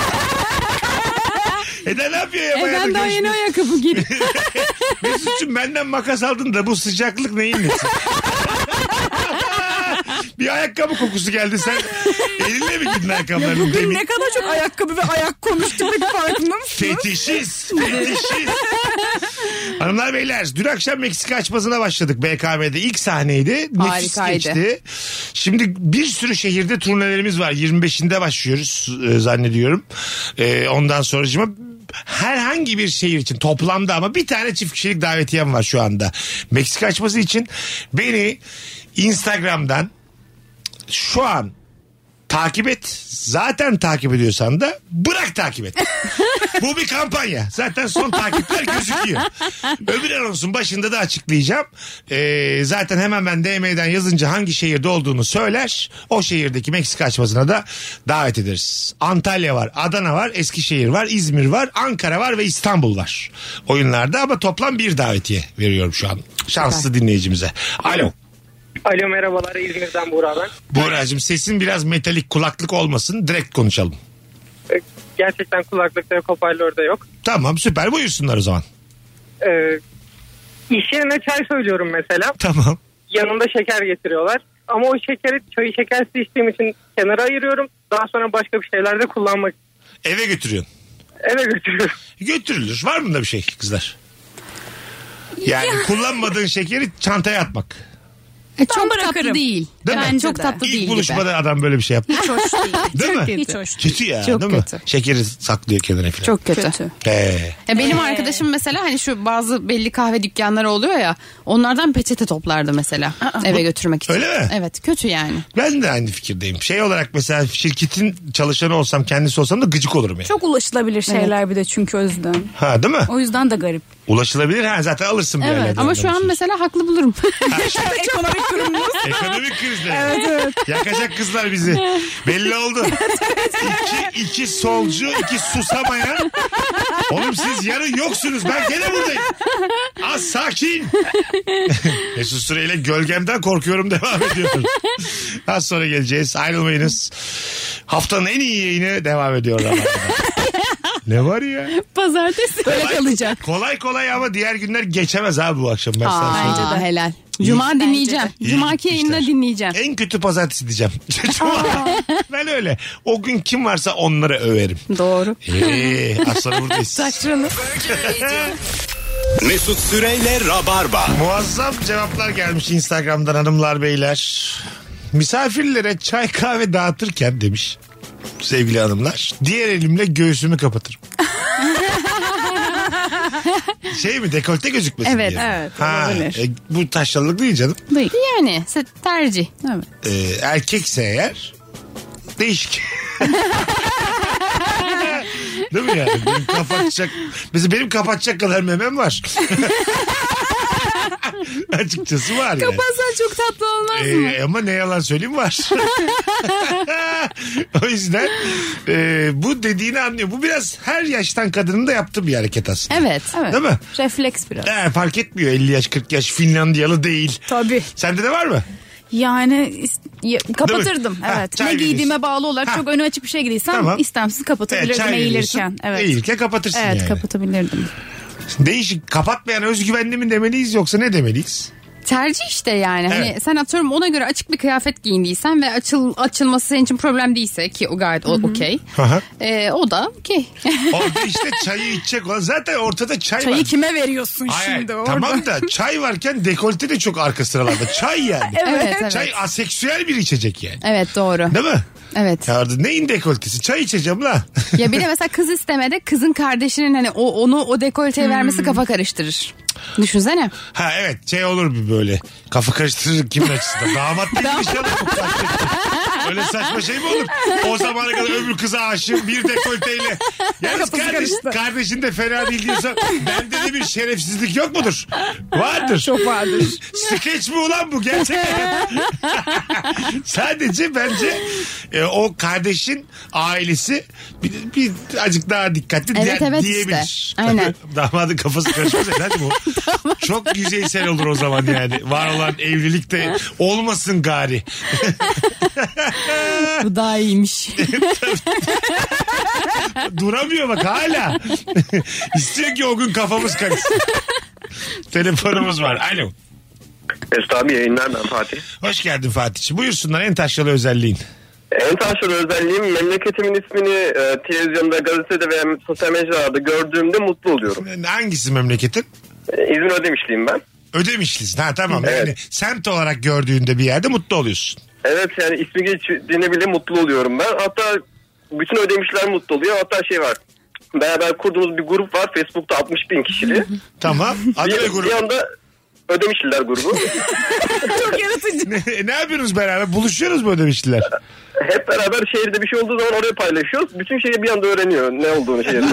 Eda ne yapıyor ya? E bayağı ben da daha yeni görüşmüyoruz. ayakkabı giydim. Mesut'cum benden makas aldın da bu sıcaklık neyin nesi? Bir ayakkabı kokusu geldi, sen elinle mi giydin ayakkabılarını? Bugün Demin- ne kadar çok ayakkabı ve ayak konuştuk, peki farkında mısın? Fetişiz. Fetişiz. Hanımlar beyler dün akşam Meksika açmasına başladık B K M'de. İlk sahneydi. Nefis Harikaydı. geçti. Şimdi bir sürü şehirde turnelerimiz var. yirmi beşinde başlıyoruz e, zannediyorum. E, ondan sonracıma herhangi bir şehir için toplamda ama bir tane çift kişilik davetiyem var şu anda. Meksika açması için beni Instagram'dan şu an takip et. Zaten takip ediyorsan da bırak takip et. Bu bir kampanya. Zaten son takipler gözüküyor. Öbür anonsun başında da açıklayacağım. Ee, zaten hemen ben D M'den yazınca hangi şehirde olduğunu söyler. O şehirdeki Meksika açmasına da davet ederiz. Antalya var, Adana var, Eskişehir var, İzmir var, Ankara var ve İstanbul var. Oyunlarda ama toplam bir davetiye veriyorum şu an. Şanslı dinleyicimize. Alo. Alo merhabalar, İzmir'den Buğra ben. Buğra'cığım sesin biraz metalik, kulaklık olmasın, direkt konuşalım. Gerçekten kulaklıkta yok, hoparlörde yok. Tamam süper, buyursunlar o zaman. Ee, iş yerine çay söylüyorum mesela. Tamam. Yanında şeker getiriyorlar. Ama o şekeri çayı şekersiz içtiğim için kenara ayırıyorum. Daha sonra başka bir şeylerde kullanmak. Eve götürüyorsun. Eve götürüyorum. Götürülür. Var mı da bir şey kızlar? Yani kullanmadığın şekeri çantaya atmak. E, çok tatlı değil. Değil yani mi? çok tatlı İlk değil gibi. buluşmada adam böyle bir şey yaptı. Hiç hoş değil. Değil mi? Hiç hoş Kötü ya Çok değil kötü. mi? Şekeri saklıyor kenara falan. Çok kötü. kötü. Ee, Ya benim arkadaşım mesela hani şu bazı belli kahve dükkanları oluyor ya, onlardan peçete toplardı mesela eve götürmek için. Öyle mi? Evet, kötü yani. ben de aynı fikirdeyim. Şey olarak mesela şirketin çalışanı olsam, kendisi olsam da gıcık olurum yani. Çok ulaşılabilir şeyler bir de çünkü o yüzden. Ha değil mi? O yüzden de garip. Ulaşılabilir, ha zaten alırsın bir Evet. yerlerden. Ama şu an mesela haklı bulurum. Ekonomik durumumuz. Ekonomik krizler. Evet, evet. Yakacak kızlar bizi. Belli oldu. iki, iki solcu, iki susamayan. Oğlum siz yarın yoksunuz. Ben gene buradayım. Az sakin. Mesut Süreyle gölgemden korkuyorum devam ediyoruz. Az sonra geleceğiz. Ayrılmayınız. Haftanın en iyi yayını devam ediyor. Ne var ya? Pazartesi. Böyle kalacak. Kolay kolay ama diğer günler geçemez abi bu akşam. Ben sana söyleyeyim. Aa, helal. Cuma Bence dinleyeceğim. İyi Cumaki yayında gitmişler. dinleyeceğim. En kötü pazartesi diyeceğim. Cuma. Ben öyle. O gün kim varsa onları överim. Doğru. Eee az sonra buradayız. Mesut Süreyle Rabarba. Muazzam cevaplar gelmiş Instagram'dan hanımlar beyler. Misafirlere çay kahve dağıtırken demiş sevgili hanımlar, diğer elimle göğsümü kapatırım. Şey mi, dekolte gözükmesin Evet, diye. evet, Ha, olabilir. e, bu taşralık değil canım. Değil. Yani se- tercih. Evet. E, erkekse eğer değişik. Değil mi yani? Benim kapatacak, mesela benim kapatacak kadar memem var. Açıkçası var yani. Kapatsan çok tatlı olmaz mı? Ee, ama ne yalan söyleyeyim var. O yüzden e, bu dediğini anlıyor. Bu biraz her yaştan kadının da yaptığı bir hareket aslında. Evet. Evet. Değil mi? Refleks biraz. Ee, fark etmiyor, elli yaş kırk yaş Finlandiyalı değil. Tabii. Sende de var mı? Yani is- ya- kapatırdım. Ha, Evet. çay Ne giydiğime veriyorsun. bağlı olarak Ha. çok önü açık bir şey giydiysem Tamam. istemsiz kapatabilirdim Evet, çay eğilirken. veriyorsun. Evet. Eğilirken kapatırsın Evet, yani. kapatabilirdim. Değişik. Kapatmayan özgüvenli mi demeliyiz yoksa ne demeliyiz? Tercih işte yani. Hani Evet. sen atıyorum ona göre açık bir kıyafet giyindiysen ve açıl açılması senin için problem değilse ki o gayet o- okey. Aha. Ee, o da okey. Orada işte çayı içecek olan, zaten ortada çay, Çayı var. kime veriyorsun Hayır, şimdi orada? tamam da çay varken dekolte de çok arka sıralarda. Çay yani. Evet, evet. Çay aseksüel bir içecek yani. Evet, doğru. Değil mi? Evet. Ya orada neyin dekoltesi? Çay içeceğim la. Ya bir de mesela kız istemede kızın kardeşinin hani o onu o dekolteye vermesi kafa karıştırır. Düşünsene. Ha evet, şey olur bir böyle. Kafa karıştırır kimin açısından. Damat değil inşallah. Bu karşılıklı. Öyle saçma şey mi olur? O zamana kadar öbür kıza aşığım bir dekolteyle. Yalnız kardeş, kardeşin de fena değil diyorsa bende de bir şerefsizlik yok mudur? Vardır. Çok vardır. Skeç mi ulan bu gerçekten? Sadece bence e, o kardeşin ailesi bir, bir azıcık daha dikkatli Evet, diye- evet diyebilir. işte. Aynen. Damadın kafası karışmaz efendim o. Çok yüzeysel olur o zaman yani. Var olan evlilik de olmasın gari. Bu daha iyiymiş. Duramıyor bak hala. İstiyor ki o gün kafamız karışsın. Telefonumuz var. Alo. Mesut abi yayınlar, ben Fatih. Hoş geldin Fatih'ciğim. Buyursunlar, en taşralı özelliğin. En taşlı özelliğim, memleketimin ismini e, televizyonda, gazetede veya sosyal mecralarda gördüğümde mutlu oluyorum. Hangisi memleketin? İzmir Ödemişliyim ben. Ödemişlisin. Ha tamam. Evet. Yani semt olarak gördüğünde bir yerde mutlu oluyorsun. Evet yani ismi geçtiğine bile mutlu oluyorum ben. Hatta bütün Ödemişler mutlu oluyor. Hatta şey var. Beraber kurduğumuz bir grup var. Facebook'ta altmış bin kişili. Tamam. Adı ne grup? Bir anda Ödemişliler grubu. Çok yaratıcı. Ne, ne yapıyorsunuz beraber? Buluşuyoruz mu Ödemişliler? Hep beraber şehirde bir şey olduğu zaman oraya paylaşıyoruz. Bütün şehir bir anda öğreniyor ne olduğunu şehirde.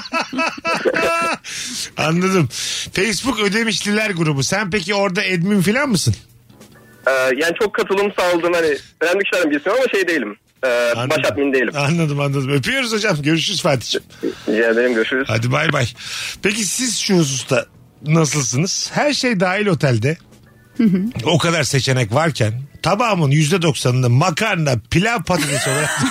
Anladım. Facebook Ödemişliler grubu. Sen peki orada admin falan mısın? Ee, yani çok katılım sağladığım hani önemli kişilerden birisiyim ama şey değilim. Ee, baş admin değilim. Anladım anladım. Öpüyoruz hocam. Görüşürüz Fatih'ciğim. Rica ederim, görüşürüz. Hadi bay bay. Peki siz şu hususta nasılsınız? Her şey dahil otelde. O kadar seçenek varken tabağımın yüzde doksanını makarna, pilav, patates olarak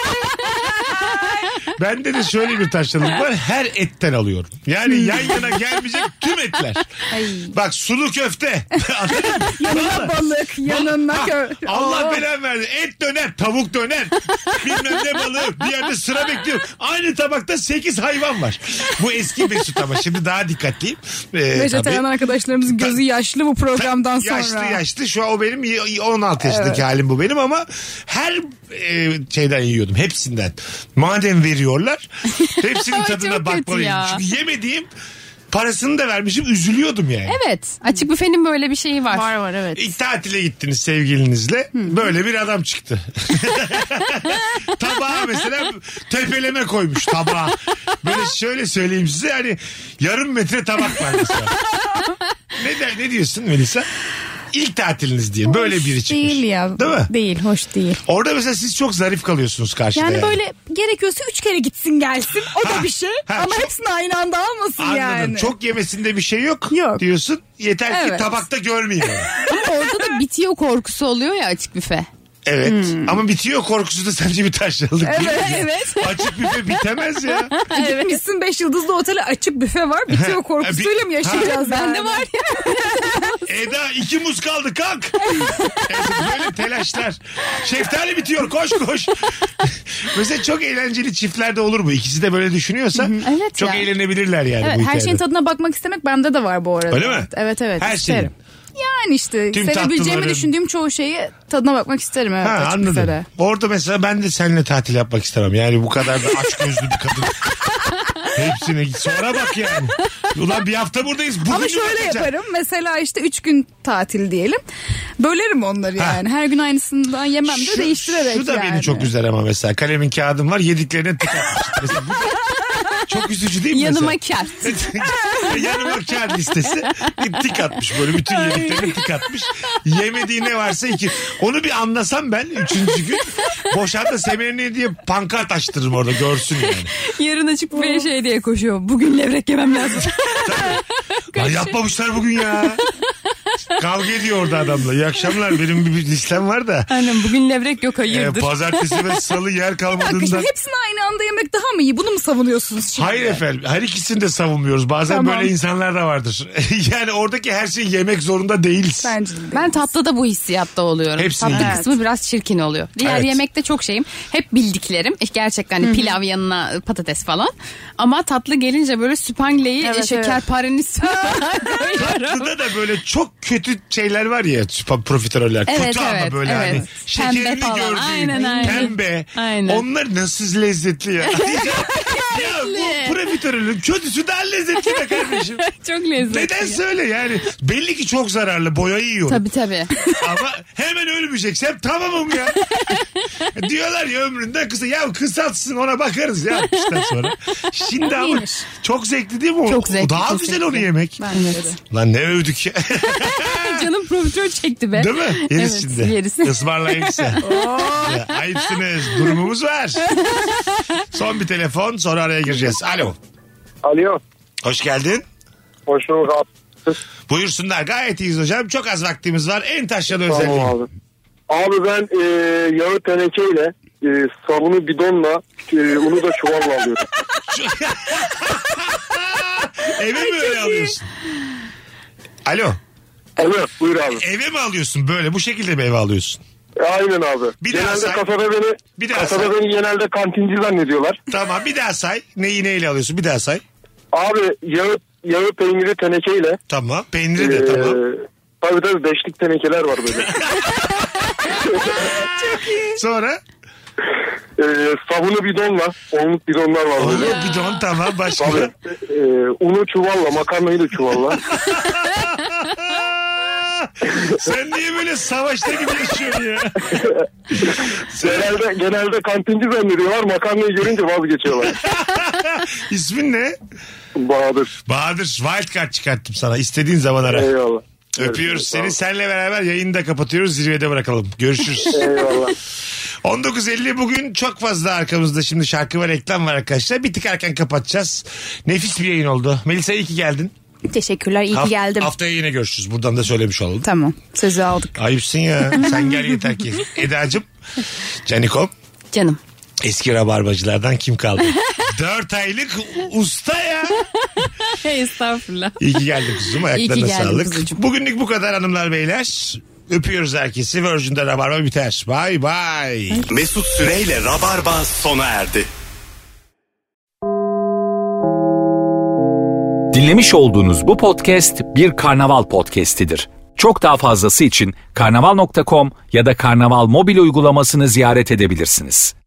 bende de şöyle bir taşlılık var. Her etten alıyorum. Yani yan yana gelmeyecek tüm etler. Ay. Bak sulu köfte. Yanına balık, yanına köfte. Allah belanı verdi. Et döner, tavuk döner. Bilmem ne balığı. Bir yerde sıra bekliyorum. Aynı tabakta sekiz hayvan var. Bu eski Mesut ama şimdi daha dikkatliyim. Ee, Vejetaryen arkadaşlarımızın gözü yaşlı bu programdan sonra. Yaşlı yaşlı. Şu an o benim on altı yaşındaki evet. halim bu benim ama her e, şeyden yiyordum. Hepsinden. Madem veriyorlar hepsinin tadına bakmalıyım. Çünkü yemediğim parasını da vermişim, üzülüyordum yani. Evet. Açık büfenin böyle bir şeyi var. Var var evet. İlk tatile gittiniz sevgilinizle. Hı. Böyle bir adam çıktı. Tabağa mesela tepeleme koymuş tabağa. Böyle şöyle söyleyeyim size, hani yarım metre tabak var mesela. ne, de, ne diyorsun Melisa? İlk tatiliniz diye böyle biri çıkmış. Değil ya. Değil mi? Değil, hoş değil. Orada mesela siz çok zarif kalıyorsunuz karşıda. Yani, yani. böyle gerekiyorsa üç kere gitsin gelsin. O ha, da bir şey. ha, ama çok, hepsini aynı anda almasın anladım. yani. Çok yemesinde bir şey yok, yok. diyorsun. Yeter ki evet. tabakta görmeyeyim. Ama orada da bitiyor korkusu oluyor ya açık büfe. Evet hmm. ama bitiyor korkusu da sence bir taşralık evet, değil mi? Evet. Açık büfe bitemez ya. Evet. Gitmişsin beş yıldızlı otele, açık büfe var. Bitiyor korkusuyla mı yaşayacağız? Bende var ya. Eda iki muz kaldı kalk. Böyle telaşlar. Şeftali bitiyor koş koş. Mesela çok eğlenceli çiftlerde olur bu. İkisi de böyle düşünüyorsa evet çok ya. eğlenebilirler yani. Evet, bu her hikayede. şeyin tadına bakmak istemek bende de var bu arada. Öyle mi? Evet evet. Her isterim. şeyin. Yani işte Tüm sevebileceğimi tatlıların... düşündüğüm çoğu şeyi tadına bakmak isterim. Evet, ha, anladım. Büfede. Orada mesela ben de seninle tatil yapmak istemem. Yani bu kadar da aç gözlü bir kadın. Hepsine git. Sonra bak yani. Ulan bir hafta buradayız. Bugün ama şöyle yaparım. Mesela işte üç gün tatil diyelim. Bölerim onları yani. Ha. Her gün aynısından yemem de şu, değiştirerek Şu da yani. beni çok üzer ama mesela. Kalemin kağıdım var. Yediklerine tık atmış. Mesela bu çok üzücü değil mi? Yanıma mesela? kart. Yanıma kart listesi. Tik atmış böyle. Bütün yediklerini tik atmış. Yemediği ne varsa iki. Onu bir anlasam ben üçüncü gün. Boşaltı semerini diye pankart açtırırım orada görsün yani. Yarın açık bir şey diye koşuyor. Bugün levrek yemem lazım. Lan yapmamışlar bugün ya. Kavga ediyor orada adamla. İyi akşamlar, benim bir listem var da. Annem bugün levrek yok hayırdır. Ee, pazartesi ve salı yer kalmadığından. Şimdi hepsini aynı anda yemek daha mı iyi? Bunu mu savunuyorsunuz şimdi? Hayır efendim. Her ikisini de savunmuyoruz. Bazen tamam. Böyle insanlar da vardır. Yani oradaki her şeyi yemek zorunda değiliz. Bence de ben tatlıda bu hissiyatta oluyorum. Hepsini Tatlı evet. kısmı biraz çirkin oluyor. Diğer evet. yemekte çok şeyim. Hep bildiklerim. Gerçekten hani pilav yanına patates falan. Ama tatlı gelince böyle süpangleyi evet, şekerparenin üstüne tatlıda da böyle çok kötü şeyler var ya, profiteroller. Evet, kötü evet, ama böyle evet. hani şekerini gördüğün aynen, aynen. pembe. Aynen. Onlar nasıl lezzetli ya. Ya bu profiterolün kötüsü daha lezzetli be kardeşim. Çok lezzetli. Neden söyle yani. Belli ki çok zararlı, boyayı yiyor. Tabii tabii. Ama hemen ölmeyeceksem tamamım ya. Diyorlar ya ömründen kısa. Ya kısaltsın, ona bakarız ya işte sonra. Şimdi ama iyiymiş. Çok zevkli değil mi o? Çok zevkli. O daha güzel onu yemek. Evet. Lan ne övdük ya. Canım profiterol çekti be. Değil mi? Yeriz evet, şimdi. Yeriz. Ismarlayın size. Ayıpsınız. Durumumuz var. Son bir telefon, sonra araya gireceğiz. Alo. Alo. Hoş geldin. Hoş bulduk abi. Buyursunlar, gayet iyiyiz hocam. Çok az vaktimiz var. En taşralı tamam özelliği. Abi. Abi ben e, yağı tenekeyle e, sabunu bidonla e, unu da çuvalla alıyorum. Eve mi öyle alıyorsun? Alo. Evet buyur abi. Eve mi alıyorsun böyle? Bu şekilde mi eve alıyorsun? Aynen abi. Bir genelde daha say. kasada beni, bir daha kasada say. beni genelde kantinci zannediyorlar. Tamam, bir daha say. Neyi neyle alıyorsun? Bir daha say. Abi yağı yağı peyniri tenekeyle. Tamam. Peyniri de Ee, tamam. Tabii tabii beşlik tenekeler var böyle. Sonra? Ee, sabunu bidonla. Onluk bidonlar var Onu böyle. bidon tamam başka. Tabii. Ee, unu çuvalla, makarnayı da çuvalla. Sen niye böyle savaşta gibi yaşıyorsun ya? genelde, genelde kantinci zannediyorlar. Makarnayı görünce vazgeçiyorlar. İsmin ne? Bahadır. Bahadır. Wildcard çıkarttım sana. İstediğin zaman ara. Eyvallah. Öpüyoruz seni. Seninle beraber yayını da kapatıyoruz. Zirvede bırakalım. Görüşürüz. Eyvallah. on dokuz elli bugün çok fazla arkamızda şimdi şarkı ve reklam var arkadaşlar. Bir tık erken kapatacağız. Nefis bir yayın oldu. Melisa iyi ki geldin. Teşekkürler, iyi ki Haft- geldim. Haftaya yine görüşürüz. Buradan da söylemiş olalım. Tamam, sözü aldık. Ayıpsın ya. Sen gel yeter ki. Eda'cığım. Canikom. Canım. Eski rabarbacılardan kim kaldı? Dört aylık usta ya. Estağfurullah. İyi ki geldin kuzum. İyi ki Ayaklarına geldin sağlık. kuzucuğum. Bugünlük bu kadar hanımlar beyler. Öpüyoruz herkesi. Virgin'de Rabarba biter. Bye bye. Mesut Süreyle Rabarba sona erdi. Dinlemiş olduğunuz bu podcast bir karnaval podcastidir. Çok daha fazlası için karnaval nokta com ya da karnaval mobil uygulamasını ziyaret edebilirsiniz.